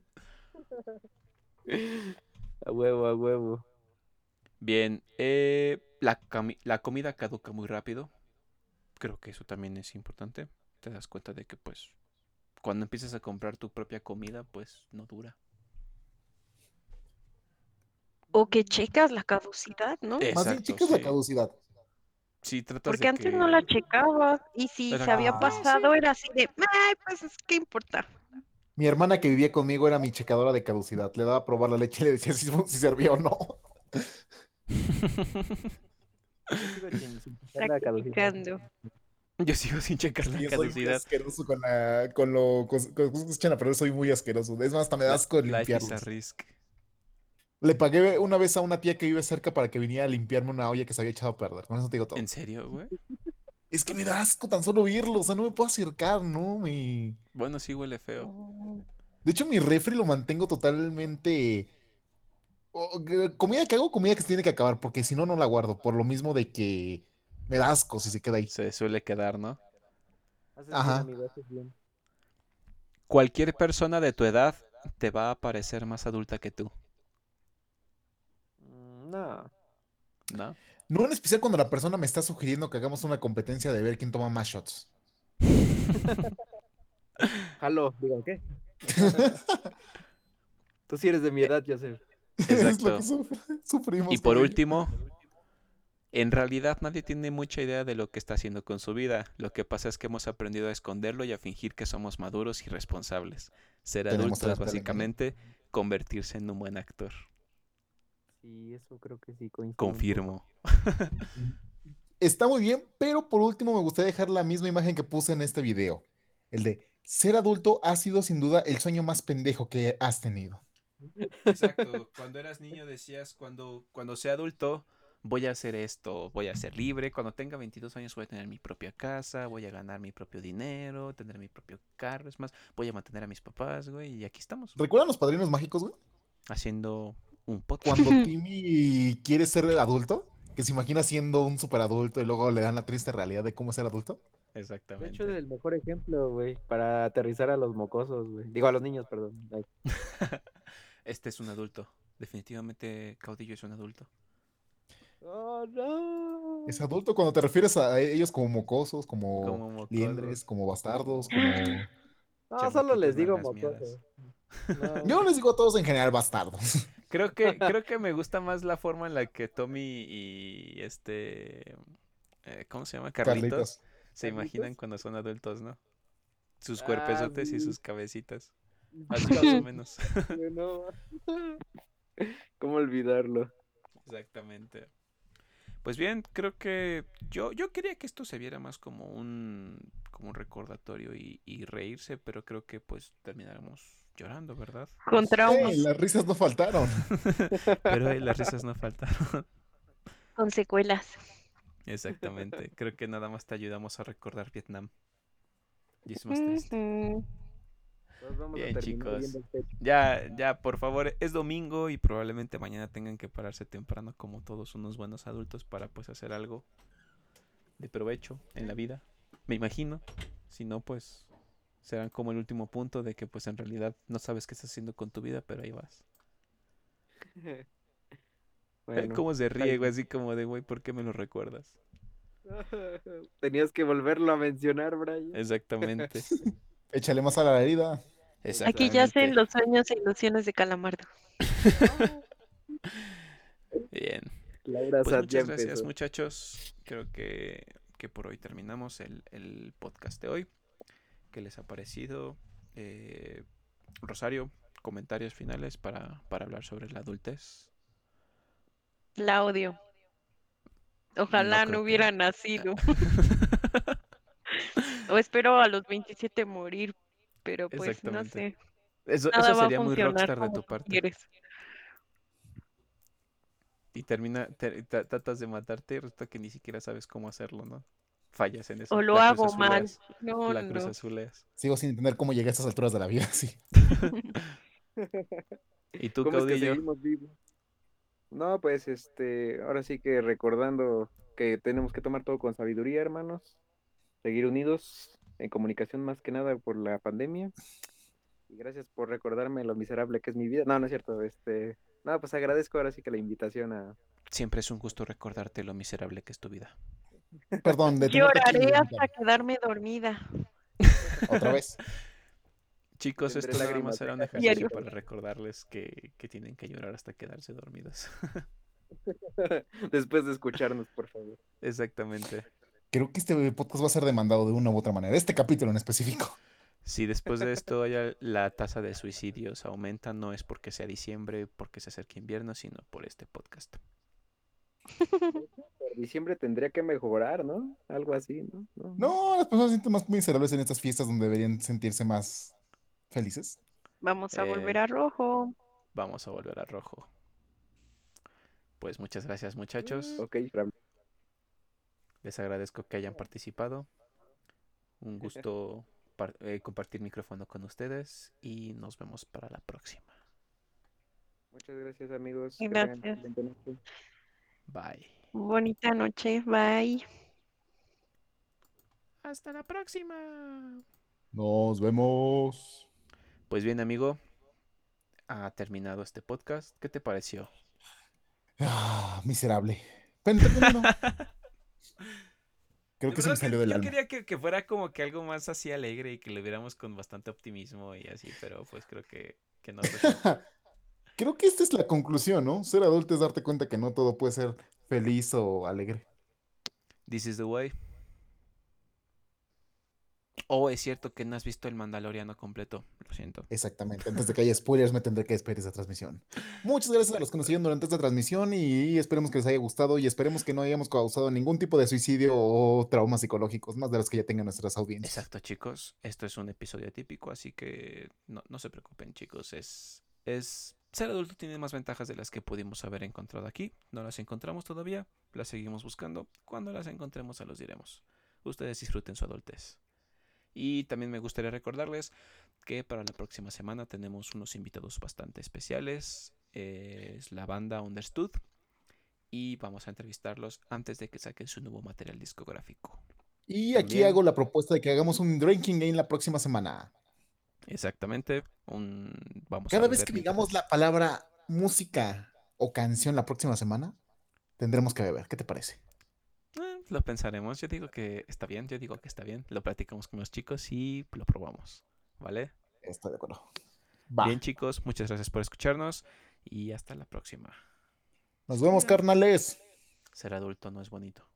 A huevo, a huevo. Bien, eh, la, cami- la comida caduca muy rápido. Creo que eso también es importante. Te das cuenta de que pues cuando empiezas a comprar tu propia comida, pues no dura. O que checas la caducidad, ¿no? Más bien, Exacto, chicas, la sí. caducidad. Sí, tratas Porque de antes no la que... checabas. Y si se Era había como de, Ah, sí. pasado, era así de, ay, pues es que importa. mi hermana que vivía conmigo era mi checadora de caducidad. Le daba a probar la leche y le decía si, si servía o no. Yo sigo sin, sin checar la caducidad. Practicando. Yo sigo sin checar la Yo soy muy caducidad. asqueroso con la, con lo, con, con- con- escuchan a perder, soy muy asqueroso. Es más, hasta me da La- asco Life is a limpiarlos. risk. Le pagué una vez a una tía que vive cerca para que viniera a limpiarme una olla que se había echado a perder. Con eso te digo ¿En todo. serio, güey? Es que me da asco tan solo oírlo, o sea, no me puedo acercar, ¿no? Mi... Bueno, sí huele feo. Oh. De hecho, mi refri lo mantengo totalmente... o- que- Comida que hago, comida que se tiene que acabar, porque si no, no la guardo. Por lo mismo de que me da asco si se queda ahí. Se suele quedar, ¿no? Haces bien, Ajá. amigo, haces bien. Cualquier persona de tu edad te va a parecer más adulta que tú, Mm, No, ¿no? No en especial cuando la persona me está sugiriendo que hagamos una competencia de ver quién toma más shots. jalo, digo, ¿qué? Tú sí eres de mi Eh, edad, Joseph. Es lo que Exacto. sufre- Y sufrimos por con ello. último, en realidad nadie tiene mucha idea de lo que está haciendo con su vida. Lo que pasa es que hemos aprendido a esconderlo y a fingir que somos maduros y responsables. Ser Tenemos adulto es terapia del engaño. básicamente convertirse en un buen actor. Sí, eso creo que sí coincido un poco. Confirmo. Está muy bien, pero por último me gustaría dejar la misma imagen que puse en este video. El de ser adulto ha sido sin duda el sueño más pendejo que has tenido. Exacto. Cuando eras niño decías, cuando, cuando sea adulto, voy a hacer esto, voy a ser libre. Cuando tenga veintidós años voy a tener mi propia casa, voy a ganar mi propio dinero, tener mi propio carro. Es más, voy a mantener a mis papás, güey. Y aquí estamos, ¿Recuerdan los padrinos mágicos, güey? haciendo un podcast. Cuando Timmy quiere ser adulto, que se imagina siendo un superadulto y luego le dan la triste realidad de cómo es ser adulto. De hecho, es Exactamente. el mejor ejemplo, güey, para aterrizar a los mocosos, güey. Digo, a los niños, perdón. Ay. Este es un adulto. Definitivamente Caudillo es un adulto. Oh, no. Es adulto cuando te refieres a ellos como mocosos, como Como mocosos, liendres, como bastardos, como... No, solo les chamaquitos digo nalgas miadas. mocosos. No, Yo les digo a todos en general bastardos. Creo que, creo que me gusta más la forma en la que Tommy y este, eh, ¿cómo se llama? Carlitos, Carlitos. se ¿Carlitos? imaginan cuando son adultos, ¿no? Sus Ah, cuerpezotes y sí. sus cabecitas. Así más o menos. Güey, no. ¿Cómo olvidarlo? Exactamente. Pues bien, creo que yo, yo quería que esto se viera más como un, como un recordatorio y, y reírse, pero creo que pues terminaremos llorando, ¿verdad? Con Es- traumas, ¡Eh! Las risas no faltaron. Pero eh, las risas no faltaron. con secuelas. Exactamente. Creo que nada más te ayudamos a recordar Vietnam. Y es más triste. Ujú. Todos vamos a Bien, terminar viendo chicos. el techo. Ya, ya, por favor, es domingo y probablemente mañana tengan que pararse temprano como todos unos buenos adultos para pues hacer algo de provecho en la vida. Me imagino. Si no, pues serán como el último punto de que pues en realidad no sabes qué estás haciendo con tu vida, pero ahí vas. Bueno, ¿Cómo se está ríe, güey? bien. Así como de, güey, ¿por qué me lo recuerdas? Tenías que volverlo a mencionar, Brian. Exactamente. Échale más a la herida. Aquí yacen Exactamente. los sueños e ilusiones de Calamardo. Bien. Laura Pues Sad ya muchas gracias, empezó. muchachos. Creo que, que por hoy terminamos el, el podcast de hoy. ¿Qué les ha parecido? Eh, Rosario, comentarios finales para, para hablar sobre la adultez. La odio. No Ojalá creo no que- hubiera nacido. O espero a los veintisiete morir, pero pues no Exactamente. sé. Eso, Nada eso va a sería muy funcionar rockstar de como tu tú parte. quieres. Y termina, te- tra- tratas de matarte y resulta que ni siquiera sabes cómo hacerlo, ¿no? Fallas en eso. O lo La hago mal. cruzazuleas. No, La no. cruzazuleas. Sigo sin entender cómo llegué a estas alturas de la vida, sí. ¿Y tú, ¿Cómo es que Caudillo? seguimos vivos? No, pues este, ahora sí que recordando que tenemos que tomar todo con sabiduría, hermanos. Seguir unidos en comunicación más que nada por la pandemia. Y gracias por recordarme lo miserable que es mi vida. No, no es cierto. Este, no, pues agradezco ahora sí que la invitación a. Siempre es un gusto recordarte lo miserable que es tu vida. Perdón, de tenerte aquí. Lloraré hasta invitado. quedarme dormida. Otra vez. Chicos, Tendré esto nada lágrimas más era un secas. ejercicio Diario. para recordarles que, que tienen que llorar hasta quedarse dormidos. Después de escucharnos, por favor. Exactamente. Creo que este podcast va a ser demandado de una u otra manera. Este capítulo en específico. Si después de esto haya la tasa de suicidios aumenta, no es porque sea diciembre, porque se acerque invierno, sino por este podcast. Por diciembre tendría que mejorar, ¿no? Algo así, ¿no? No, no. No, las personas se sienten más miserables en estas fiestas donde deberían sentirse más felices. Vamos a Eh, volver a rojo. vamos a volver al rojo. Pues muchas gracias, muchachos. Ok, Fran. Les agradezco que hayan participado. Un gusto par- eh, compartir micrófono con ustedes y nos vemos para la próxima. Muchas gracias, amigos. Que tengan Gracias. excelente noche. Bye. Bonita noche. Bye. Hasta la próxima. Nos vemos. Pues bien, amigo, ha terminado este podcast. ¿Qué te pareció? Ah, miserable. Pero entretenido. Creo que se Pero me es que salió del yo alma. quería que, que fuera como que algo más así alegre y que lo viéramos con bastante optimismo y así, pero pues creo que, que no fue así. Creo que esta es la conclusión, ¿no? Ser adulto es darte cuenta que no todo puede ser feliz o alegre. This is the way. Oh, es cierto que no has visto el Mandaloriano completo. Lo siento. Exactamente. Antes de que haya spoilers, me tendré que despedir de esta transmisión. Muchas gracias a los que nos siguieron durante esta transmisión y esperemos que les haya gustado y esperemos que no hayamos causado ningún tipo de suicidio o traumas psicológicos, más de los que ya tengan nuestras audiencias. Exacto, chicos. Esto es un episodio típico, así que no, no se preocupen, chicos. Es, es... Ser adulto tiene más ventajas de las que pudimos haber encontrado aquí. No las encontramos todavía, las seguimos buscando. Cuando las encontremos, se los diremos. Ustedes disfruten su adultez. Y también me gustaría recordarles que para la próxima semana tenemos unos invitados bastante especiales. Es la banda Understood. Y vamos a entrevistarlos antes de que saquen su nuevo material discográfico. Y aquí También, hago la propuesta de que hagamos un drinking game la próxima semana. exactamente, un... vamos a Cada vez beber que digamos mientras... la palabra música o canción la próxima semana, tendremos que beber. ¿Qué te parece? Eh, lo pensaremos. Yo digo que está bien, yo digo que está bien. Lo platicamos con los chicos y lo probamos. ¿Vale? Estoy de acuerdo. Bien, Va. chicos, muchas gracias por escucharnos y hasta la próxima. Nos vemos, See ya. carnales. Ser adulto no es bonito.